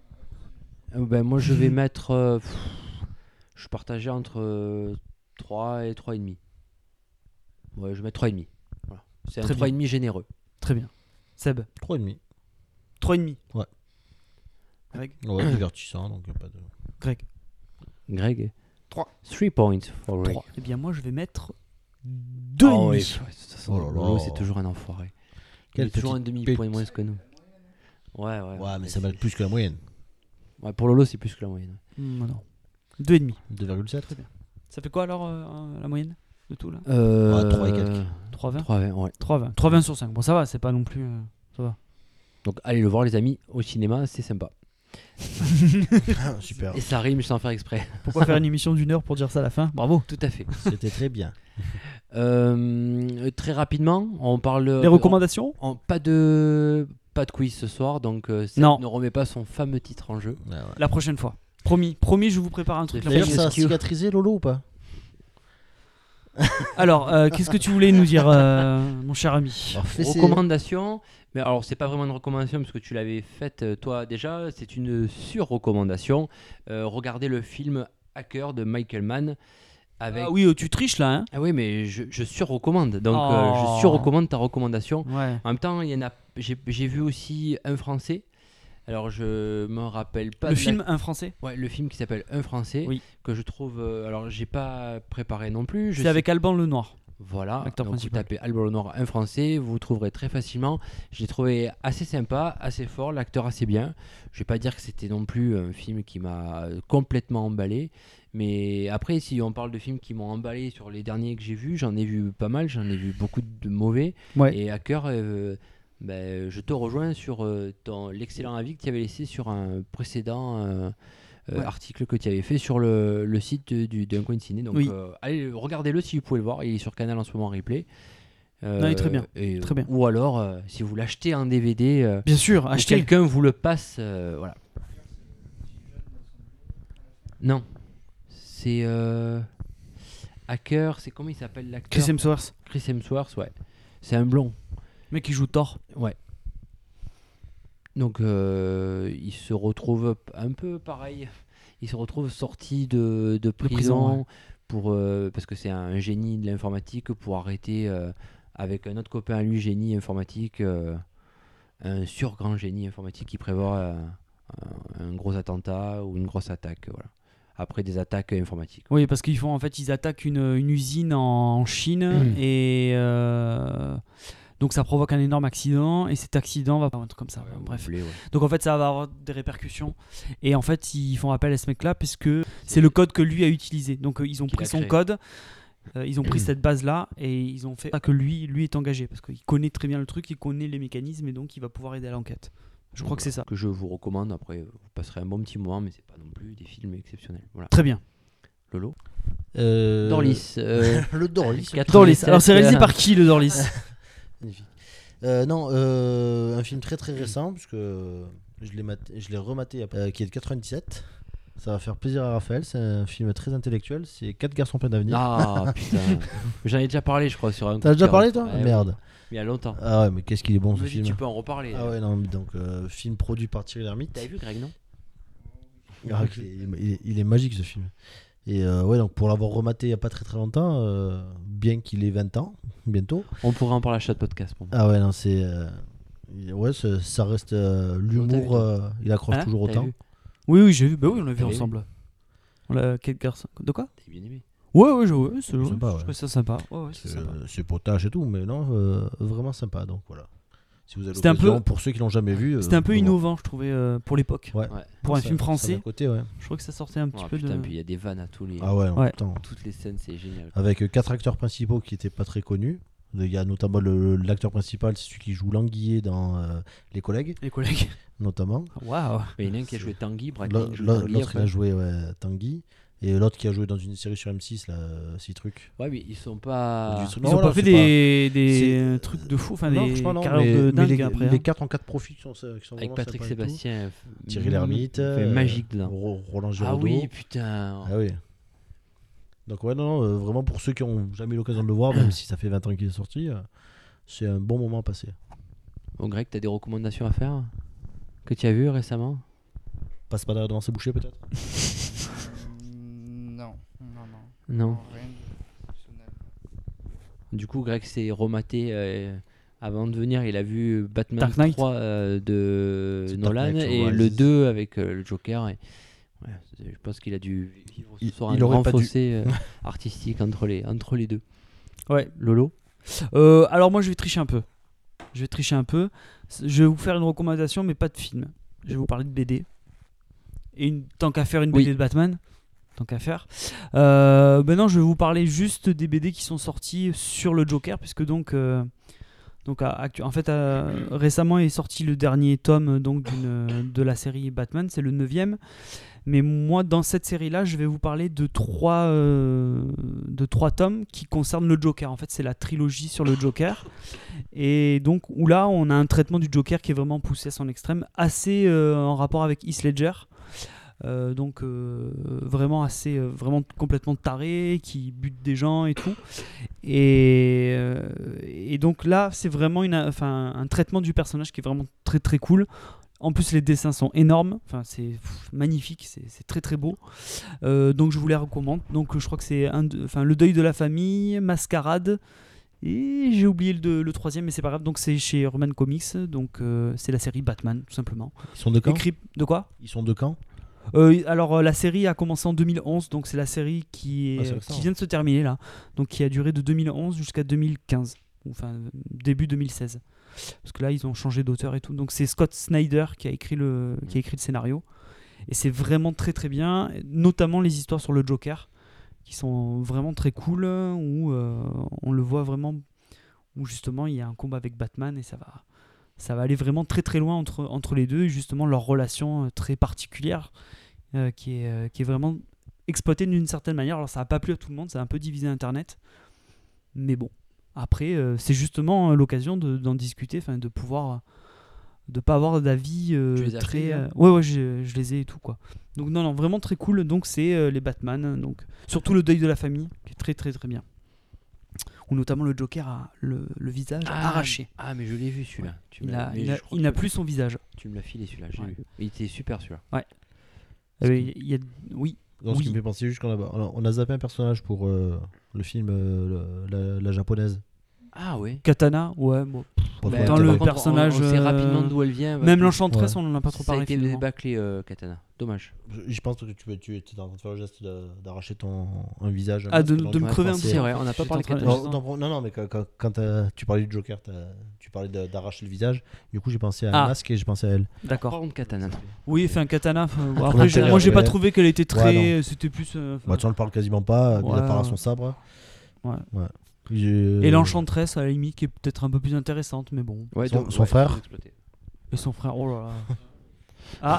Speaker 7: Euh, ben, moi, je vais mettre. euh, pff, je partageais entre euh, trois et trois virgule cinq. Ouais, je vais mettre trois virgule cinq. Voilà. C'est un
Speaker 8: Très
Speaker 7: trois
Speaker 8: bien.
Speaker 7: virgule cinq généreux.
Speaker 8: Très bien. Seb,
Speaker 9: trois virgule
Speaker 8: trois virgule cinq.
Speaker 9: Ouais.
Speaker 8: Greg.
Speaker 9: cinq. Ouais, divertissant, donc y a pas de.
Speaker 8: Greg.
Speaker 7: Greg.
Speaker 1: Trois.
Speaker 7: three points for Greg.
Speaker 8: trois. Eh bien moi je vais mettre deux
Speaker 7: Ah oui,
Speaker 8: virgule cinq.
Speaker 7: ouais, de toute façon,
Speaker 9: Oh là là.
Speaker 7: Lolo, c'est toujours un enfoiré.
Speaker 9: Quelle
Speaker 7: Il est toujours un
Speaker 9: petite
Speaker 7: demi-point
Speaker 9: pute.
Speaker 7: moins que nous. Ouais, ouais.
Speaker 9: Ouais, mais ça
Speaker 7: c'est-
Speaker 9: va être plus que la moyenne.
Speaker 7: Ouais, pour Lolo, c'est plus que la moyenne.
Speaker 8: Hmm, non. deux virgule cinq.
Speaker 9: deux virgule sept.
Speaker 8: Ça fait quoi alors euh, la moyenne de tout là
Speaker 7: Euh,
Speaker 9: Ouais, trois et quelques.
Speaker 7: trois
Speaker 8: trois vingt.
Speaker 7: trois vingt, ouais.
Speaker 8: trois vingt. trois vingt sur cinq. Bon, ça va, c'est pas non plus. euh, Ça va.
Speaker 7: Donc allez le voir les amis au cinéma, c'est sympa.
Speaker 9: Ah, super.
Speaker 7: Et ça rime sans faire exprès.
Speaker 8: Pourquoi faire une émission d'une heure pour dire ça à la fin? Bravo.
Speaker 7: Tout à fait.
Speaker 9: C'était très bien.
Speaker 7: Euh, très rapidement, on parle.
Speaker 8: Les recommandations
Speaker 7: on- on- Pas de pas de quiz ce soir, donc euh, Seb
Speaker 8: Non.
Speaker 7: ne remet pas son fameux titre en jeu.
Speaker 9: Ouais, ouais.
Speaker 8: La prochaine fois. Promis. Promis, je vous prépare un truc. la
Speaker 9: D'ailleurs,
Speaker 8: prochaine
Speaker 9: ça a
Speaker 8: fois.
Speaker 9: cicatrisé Lolo ou pas?
Speaker 8: Alors, euh, qu'est-ce que tu voulais nous dire, euh, mon cher ami?
Speaker 9: Alors, fais ses-
Speaker 7: Recommandation, mais alors c'est pas vraiment une recommandation parce que tu l'avais faite euh, toi déjà, c'est une sur-recommandation. Euh, regardez le film Hacker de Michael Mann avec.
Speaker 8: Ah oui, euh, tu triches là, hein?
Speaker 7: Ah oui, mais je, je sur-recommande, donc
Speaker 8: Oh.
Speaker 7: euh, je sur-recommande ta recommandation.
Speaker 8: Ouais.
Speaker 7: En même temps, il y en a, j'ai, j'ai vu aussi un français. Alors je me rappelle pas.
Speaker 8: Le
Speaker 7: de la-
Speaker 8: film, un français?
Speaker 7: Ouais, le film qui s'appelle Un Français,
Speaker 8: Oui.
Speaker 7: que je trouve. euh, alors j'ai pas préparé non plus. Je
Speaker 8: C'est
Speaker 7: sais-
Speaker 8: avec Alban Lenoir.
Speaker 7: Voilà,
Speaker 8: L'acteur
Speaker 7: donc vous
Speaker 8: principal.
Speaker 7: tapez Albert Lenoir, un français, vous trouverez très facilement. Je l'ai trouvé assez sympa, assez fort, l'acteur assez bien. Je vais pas dire que c'était non plus un film qui m'a complètement emballé, mais après, si on parle de films qui m'ont emballé sur les derniers que j'ai vus, j'en ai vu pas mal, j'en ai vu beaucoup de mauvais.
Speaker 8: Ouais.
Speaker 7: Et Hacker, euh, ben, je te rejoins sur euh, ton, l'excellent avis que tu avais laissé sur un précédent euh, euh,
Speaker 8: Ouais.
Speaker 7: article que tu avais fait sur le, le site du, d'un coin de ciné. Donc
Speaker 8: Oui.
Speaker 7: euh, allez, regardez-le si vous pouvez le voir. Il est sur Canal en ce moment en replay. Euh,
Speaker 8: Non, il est très bien.
Speaker 7: et-
Speaker 8: Très bien.
Speaker 7: Ou alors, euh, si vous l'achetez en D V D, euh,
Speaker 8: Bien sûr,
Speaker 7: ou
Speaker 8: achetez.
Speaker 7: quelqu'un vous le passe, euh, voilà. Non, c'est euh, Hacker. C'est comment il s'appelle l'acteur?
Speaker 8: Chris Hemsworth.
Speaker 7: Chris Hemsworth, ouais. C'est un blond.
Speaker 8: Le mec qui joue Thor.
Speaker 7: Ouais. Donc euh, il se retrouve un peu pareil. Il se retrouve sorti de, de prison,
Speaker 8: prison, ouais.
Speaker 7: pour, euh, parce que c'est un génie de l'informatique pour arrêter euh, avec un autre copain à lui, génie informatique, euh, un surgrand génie informatique qui prévoit euh, un, un gros attentat ou une grosse attaque. Voilà. Après des attaques informatiques.
Speaker 8: Oui, parce qu'ils font en fait, ils attaquent une, une usine en, en Chine
Speaker 7: Mmh.
Speaker 8: et euh, donc ça provoque un énorme accident et cet accident va un truc comme ça.
Speaker 7: Ouais,
Speaker 8: Bref.
Speaker 7: vous voulez, ouais.
Speaker 8: Donc en fait, ça va avoir des répercussions et en fait, ils font appel à ce mec-là puisque c'est le code que lui a utilisé. Donc euh, ils ont
Speaker 7: Qu'il
Speaker 8: pris
Speaker 7: a
Speaker 8: son
Speaker 7: créé.
Speaker 8: code, euh, ils ont pris cette base-là et ils ont fait ça que lui, lui est engagé parce qu'il connaît très bien le truc, il connaît les mécanismes et donc il va pouvoir aider à l'enquête. Je crois
Speaker 7: Donc,
Speaker 8: que c'est ça.
Speaker 7: Que je vous recommande. Après, vous passerez un bon petit moment, mais c'est pas non plus des films exceptionnels. Voilà.
Speaker 8: Très bien.
Speaker 7: Lolo.
Speaker 9: Euh,
Speaker 7: Dorlis. euh,
Speaker 9: Le Dorlis.
Speaker 7: quatre-
Speaker 8: Dorlis. Alors c'est réalisé
Speaker 7: euh,
Speaker 8: par qui le Dorlis?
Speaker 9: Magnifique. Euh, non, euh, un film très très récent, puisque je l'ai maté- je l'ai rematé, euh, qui est de quatre-vingt-dix-sept. Ça va faire plaisir à Raphaël, c'est un film très intellectuel, c'est Quatre garçons pleins d'avenir.
Speaker 7: Ah putain. J'en ai déjà parlé, je crois, sur un.
Speaker 9: T'as
Speaker 7: coup de
Speaker 9: déjà
Speaker 7: cœur.
Speaker 9: parlé toi
Speaker 7: Ouais,
Speaker 9: Merde.
Speaker 7: oui. Il y a longtemps.
Speaker 9: Ah ouais, mais qu'est-ce qu'il est bon ce
Speaker 7: Vas-y,
Speaker 9: film.
Speaker 7: tu peux en reparler.
Speaker 9: Ah ouais, non, mais donc euh, film produit par Thierry Lhermitte.
Speaker 7: T'avais vu Greg, non?
Speaker 9: Ah, il, est, il est- il est magique ce film. Et euh, ouais, donc pour l'avoir rematé il n'y a pas très très longtemps, euh, bien qu'il ait vingt ans, bientôt.
Speaker 7: On pourrait en parler à chaque podcast pour moi.
Speaker 9: Ah ouais, non, c'est. euh, il- ouais, ça, ça reste euh,
Speaker 7: T'as vu,
Speaker 9: l'humour,
Speaker 7: toi
Speaker 9: euh, il accroche
Speaker 8: Hein
Speaker 9: toujours
Speaker 7: T'avais
Speaker 9: autant.
Speaker 7: vu
Speaker 8: Oui, oui, j'ai vu. Bah oui, on l'a vu
Speaker 7: T'avais vu
Speaker 8: ensemble. On l'a quel garçon? De quoi?
Speaker 7: T'as bien aimé.
Speaker 8: Ouais, ouais, je, ouais, c'est
Speaker 9: C'est
Speaker 8: ouais,
Speaker 9: sympa,
Speaker 8: je
Speaker 9: ouais.
Speaker 8: trouvais ça sympa. Ouais, ouais, c'est
Speaker 9: C'est
Speaker 8: sympa.
Speaker 9: euh, c'est potage et tout, mais non, euh, vraiment sympa. Donc voilà. Si vous avez
Speaker 8: C'était un
Speaker 9: l'occasion,
Speaker 8: peu-
Speaker 9: pour ceux qui l'ont jamais vu. euh,
Speaker 8: C'était un peu
Speaker 9: faut voir.
Speaker 8: innovant, je trouvais, euh, pour l'époque.
Speaker 9: Ouais.
Speaker 7: Ouais.
Speaker 8: Pour un
Speaker 9: Ça-
Speaker 8: film
Speaker 9: ça
Speaker 8: français,
Speaker 9: d'un côté, ouais.
Speaker 8: je crois que ça sortait un petit
Speaker 7: Oh,
Speaker 8: peu
Speaker 7: putain,
Speaker 8: de.
Speaker 7: puis il y a des vannes à tous les.
Speaker 9: Ah ouais, non,
Speaker 8: Ouais.
Speaker 9: putain.
Speaker 7: Toutes les scènes, c'est génial.
Speaker 9: Avec euh, quatre acteurs principaux qui n'étaient pas très connus. Il y a notamment le- l'acteur principal, c'est celui qui joue Languillet dans euh, Les Collègues,
Speaker 8: Les collègues.
Speaker 9: notamment.
Speaker 8: Waouh.
Speaker 7: Mais il y en a un qui a joué Tanguy, Brad
Speaker 9: L'autre
Speaker 7: Pitt joue Tanguy,
Speaker 9: l'autre, il a
Speaker 7: après.
Speaker 9: joué ouais, Tanguy. Et l'autre qui a joué dans une série sur M six, là, euh, six trucs.
Speaker 7: Ouais, mais ils sont pas.
Speaker 9: Du truc-
Speaker 8: Ils
Speaker 9: Non,
Speaker 8: ont
Speaker 9: non,
Speaker 8: pas fait
Speaker 9: c'est
Speaker 8: des,
Speaker 9: c'est-
Speaker 8: des trucs de fou, enfin
Speaker 9: Non,
Speaker 8: des
Speaker 9: franchement, non,
Speaker 8: carrières
Speaker 9: mais,
Speaker 8: de
Speaker 9: mais
Speaker 8: dingue
Speaker 9: les,
Speaker 8: après.
Speaker 9: les
Speaker 8: hein.
Speaker 9: quatre en quatre profils qui sont, qui sont
Speaker 7: Avec
Speaker 9: vraiment
Speaker 7: Patrick
Speaker 9: sympas et tout.
Speaker 7: Sébastien.
Speaker 9: Thierry Lhermitte.
Speaker 7: Fait
Speaker 9: euh,
Speaker 7: magique dedans.
Speaker 9: Ro- Roland
Speaker 7: Ah
Speaker 9: Giraudot.
Speaker 7: oui, putain.
Speaker 9: Ah oui. Donc ouais, non, non, euh, vraiment pour ceux qui ont jamais eu l'occasion de le voir, même si ça fait vingt ans qu'il est sorti, euh, c'est un bon moment à passer.
Speaker 7: Bon, Greg, t'as des recommandations à faire que tu as vu récemment?
Speaker 9: Passe pas derrière devant ses bouchées peut-être.
Speaker 1: Mm, Non, non, non.
Speaker 7: Non.
Speaker 1: Rien d'exceptionnel.
Speaker 7: Du coup, Greg s'est rematé euh, avant de venir. Il a vu Batman
Speaker 8: Dark Knight.
Speaker 7: trois euh, de
Speaker 9: C'est Dark
Speaker 7: Nolan
Speaker 9: Knight
Speaker 7: et
Speaker 9: Rises.
Speaker 7: le deux avec euh, le Joker. Et, ouais, c'est- je pense qu'il a dû vivre ce
Speaker 9: Il-
Speaker 7: soir
Speaker 9: il
Speaker 7: un
Speaker 9: aurait
Speaker 7: grand
Speaker 9: pas dû.
Speaker 7: fossé euh, artistique entre les, entre les deux.
Speaker 8: Ouais.
Speaker 7: Lolo?
Speaker 8: Euh, alors moi je vais tricher un peu. Je vais tricher un peu. Je vais vous faire une recommandation, mais pas de film. Je vais vous parler de B D. Et une, tant qu'à faire une
Speaker 7: Oui.
Speaker 8: B D de Batman, tant qu'à faire. Euh, maintenant, je vais vous parler juste des B D qui sont sortis sur le Joker, puisque donc, euh, donc à, actu- en fait, euh, récemment est sorti le dernier tome donc, d'une, de la série Batman, c'est le neuvième. Mais moi, dans cette série-là, je vais vous parler de trois, euh, de trois tomes qui concernent le Joker. En fait, c'est la trilogie sur le Joker. Et donc, où là, on a un traitement du Joker qui est vraiment poussé à son extrême, assez euh, en rapport avec Heath Ledger. Euh, donc, euh, vraiment assez, euh, vraiment complètement taré, qui bute des gens et tout. Et, euh, et donc là, c'est vraiment une, enfin, un traitement du personnage qui est vraiment très très cool. En plus, les dessins sont énormes, enfin, c'est pff, magnifique, c'est, c'est très très beau. Euh, donc je vous les recommande. Donc je crois que c'est un de, enfin, Le Deuil de la Famille, Mascarade, et j'ai oublié le, de- le troisième, mais c'est pas grave. Donc c'est chez Urban Comics, donc euh, c'est la série Batman, tout simplement.
Speaker 9: Ils sont de quand
Speaker 8: Écrit de quoi
Speaker 9: Ils sont de quand
Speaker 8: Euh, Alors euh, la série a commencé en deux mille onze, donc c'est la série qui, est,
Speaker 9: Ah, c'est récent.
Speaker 8: qui vient de se terminer là, donc qui a duré de deux mille onze jusqu'à deux mille quinze, ou enfin début deux mille seize. Parce que là, ils ont changé d'auteur et tout. Donc, c'est Scott Snyder qui a écrit le, qui a écrit le scénario. Et c'est vraiment très très bien. Notamment les histoires sur le Joker, qui sont vraiment très cool. Où euh, on le voit vraiment. Où justement, il y a un combat avec Batman. Et ça va, ça va aller vraiment très très loin entre, entre les deux. Et justement, leur relation euh, très particulière. euh, qui, est, euh, qui est vraiment exploitée d'une certaine manière. Alors, ça n'a pas plu à tout le monde. Ça a un peu divisé Internet. Mais bon. Après, euh, c'est justement euh, l'occasion de, d'en discuter, enfin de pouvoir, de pas avoir d'avis euh,
Speaker 7: Tu les as
Speaker 8: très.
Speaker 7: achetés,
Speaker 8: euh,
Speaker 7: là
Speaker 8: ouais, ouais, je, je les ai et tout quoi. Donc non, non, vraiment très cool. Donc c'est euh, les Batman, donc surtout Le Deuil de la Famille, qui est très, très, très bien. Où notamment le Joker a le, le visage
Speaker 7: Ah,
Speaker 8: arraché.
Speaker 7: Ah, mais je l'ai vu celui-là. Tu me
Speaker 8: Il
Speaker 7: l'as-
Speaker 8: a-
Speaker 7: mais
Speaker 8: il a-
Speaker 7: je crois
Speaker 8: il
Speaker 7: que
Speaker 8: n'a
Speaker 7: tu-
Speaker 8: plus son visage.
Speaker 7: Tu me l'as filé celui-là, j'ai
Speaker 8: Ouais.
Speaker 7: vu. Il était super celui-là.
Speaker 8: Ouais. Euh, Il y a, oui.
Speaker 9: Non, ce qui
Speaker 8: Oui.
Speaker 9: me fait penser juste qu'on a, on a, on a zappé un personnage pour euh, le film euh, le- la, la japonaise.
Speaker 7: Ah ouais.
Speaker 8: Katana, ouais. Bon.
Speaker 9: Pas
Speaker 7: Bah,
Speaker 9: trop
Speaker 8: dans
Speaker 9: intérêt.
Speaker 8: le
Speaker 7: par contre,
Speaker 8: personnage,
Speaker 7: On, on sait
Speaker 8: euh,
Speaker 7: rapidement d'où elle vient.
Speaker 8: Même
Speaker 7: bah,
Speaker 8: l'Enchantress,
Speaker 9: Ouais.
Speaker 8: on n'en a pas trop
Speaker 7: Ça a
Speaker 8: parlé.
Speaker 7: été
Speaker 8: finalement.
Speaker 7: débâclé, euh, Katana. Dommage.
Speaker 9: Je, je pense que tu, tu étais en train de faire le geste de- d'arracher ton un visage. un
Speaker 8: Ah,
Speaker 9: masque,
Speaker 8: de-
Speaker 9: donc
Speaker 8: de me
Speaker 9: je
Speaker 8: crever un
Speaker 9: pensais-
Speaker 8: peu.
Speaker 7: C'est vrai, on n'a pas
Speaker 8: J'étais
Speaker 7: parlé
Speaker 8: en train de-
Speaker 7: Katana.
Speaker 9: Non, non, non, non, mais quand, quand, quand t'as- tu parlais du Joker, t'as- tu parlais de- d'arracher le visage. Du coup, j'ai pensé à un
Speaker 8: Ah.
Speaker 9: masque et j'ai pensé à elle.
Speaker 8: D'accord.
Speaker 7: Par contre, Katana, non.
Speaker 8: Oui, enfin Katana. enfin, bon,
Speaker 9: Son
Speaker 8: après, j'ai-
Speaker 9: intérieur,
Speaker 8: moi, j'ai pas
Speaker 9: ouais.
Speaker 8: trouvé qu'elle était très.
Speaker 9: Ouais, non.
Speaker 8: C'était plus. euh, enfin,
Speaker 9: Bah, tu en parles quasiment pas, mis
Speaker 8: Ouais,
Speaker 9: à part à
Speaker 8: ouais.
Speaker 9: son sabre.
Speaker 8: Ouais.
Speaker 9: J'ai-
Speaker 8: Et l'Enchantress, à la limite, qui est peut-être un peu plus intéressante, mais bon.
Speaker 7: Ouais,
Speaker 9: Son-
Speaker 7: donc,
Speaker 9: son
Speaker 7: ouais,
Speaker 9: frère.
Speaker 7: ils ont exploité.
Speaker 8: Et son frère, oh là là. Ah,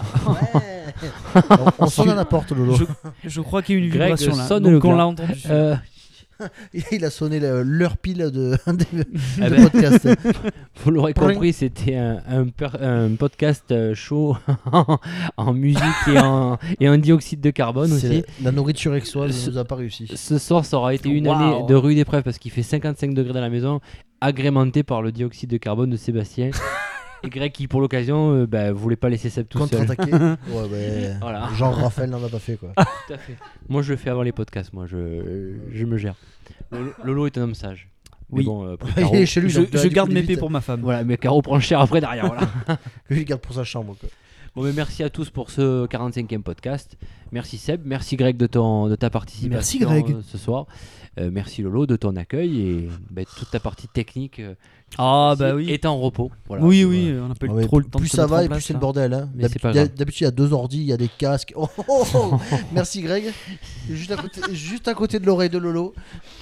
Speaker 9: on, on sonne à la porte, Lolo.
Speaker 8: je, je crois qu'il y a une
Speaker 7: Greg
Speaker 8: vibration là.
Speaker 7: sonne
Speaker 8: Donc
Speaker 7: le
Speaker 8: on
Speaker 7: glas.
Speaker 8: l'a entendu.
Speaker 7: Euh,
Speaker 9: Il a sonné le- l'heure pile de, de,
Speaker 7: Eh
Speaker 9: de
Speaker 7: ben.
Speaker 9: podcast.
Speaker 7: Vous l'aurez compris, c'était un, un, per- un podcast euh, chaud en musique et en, et en dioxyde de carbone
Speaker 9: C'est
Speaker 7: aussi.
Speaker 9: la, la nourriture exoise
Speaker 7: Ce-
Speaker 9: ne nous a pas réussi.
Speaker 7: Ce soir, ça aura été une
Speaker 8: Waouh.
Speaker 7: année de rude épreuve parce qu'il fait cinquante-cinq degrés dans la maison, agrémenté par le dioxyde de carbone de Sébastien. Et Greg qui, pour l'occasion, euh, bah, voulait pas laisser Seb tout seul.
Speaker 9: Contre-attaquer. Ouais, ouais.
Speaker 7: Voilà.
Speaker 9: Genre Raphaël n'en a pas fait quoi.
Speaker 7: Tout à fait. Moi, je le fais avant les podcasts. Moi, je, je me gère. Lolo, Lolo est un homme sage. Mais
Speaker 8: Oui.
Speaker 7: bon, euh, pour
Speaker 9: Il
Speaker 7: Caro-
Speaker 9: est chez lui.
Speaker 8: Je,
Speaker 9: donc,
Speaker 8: je
Speaker 9: du
Speaker 8: garde
Speaker 9: coup,
Speaker 8: mes
Speaker 9: limite,
Speaker 8: paix pour ma femme.
Speaker 7: Voilà, mais Caro prend cher après derrière. Voilà.
Speaker 9: Lui, il garde pour sa chambre quoi.
Speaker 7: Bon, mais merci à tous pour ce quarante-cinquième podcast. Merci Seb, merci Greg de, ton, de ta participation
Speaker 8: Merci, Greg.
Speaker 7: euh, ce soir. Euh, merci Lolo de ton accueil et bah, toute ta partie technique euh,
Speaker 8: Ah
Speaker 7: aussi
Speaker 8: bah oui.
Speaker 7: est en repos. Voilà.
Speaker 8: Oui, oui, on n'a pas eu
Speaker 9: Ouais, mais
Speaker 8: trop le temps
Speaker 9: plus
Speaker 8: de se
Speaker 9: ça
Speaker 8: mettre en
Speaker 9: va et
Speaker 8: place,
Speaker 9: plus c'est le
Speaker 8: là.
Speaker 9: bordel. Hein.
Speaker 7: Mais c'est pas
Speaker 9: D'habitude,
Speaker 7: grave.
Speaker 9: d'habitude, il y a deux ordi, il y a des casques. Oh, oh, oh. Merci Greg. Juste à, côté, juste à côté de l'oreille de Lolo.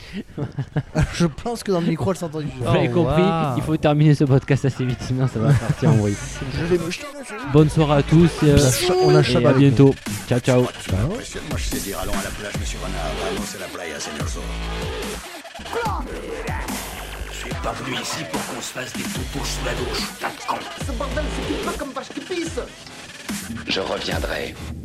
Speaker 9: Je pense que dans le micro, elle s'entend du
Speaker 7: Vous l'avez
Speaker 8: Oh,
Speaker 7: compris,
Speaker 8: waouh.
Speaker 7: il faut terminer ce podcast assez vite, sinon ça va partir en vrille.
Speaker 9: Je vais me jeter dessus.
Speaker 7: Bonne soirée à tous euh,
Speaker 9: On a cha- on a
Speaker 7: et
Speaker 9: Chab
Speaker 7: à
Speaker 9: avec
Speaker 7: bientôt. Ciao, ciao.
Speaker 2: Tu m'impressionnes, moi je sais dire allons à la plage, monsieur Renard. Vamos a la playa, señor Zorro.
Speaker 5: Je suis pas venu ici pour qu'on se fasse des toutous sous la douche, tas de con.
Speaker 6: Ce bordel, c'est qui pas comme vache qui pisse.
Speaker 5: Je reviendrai.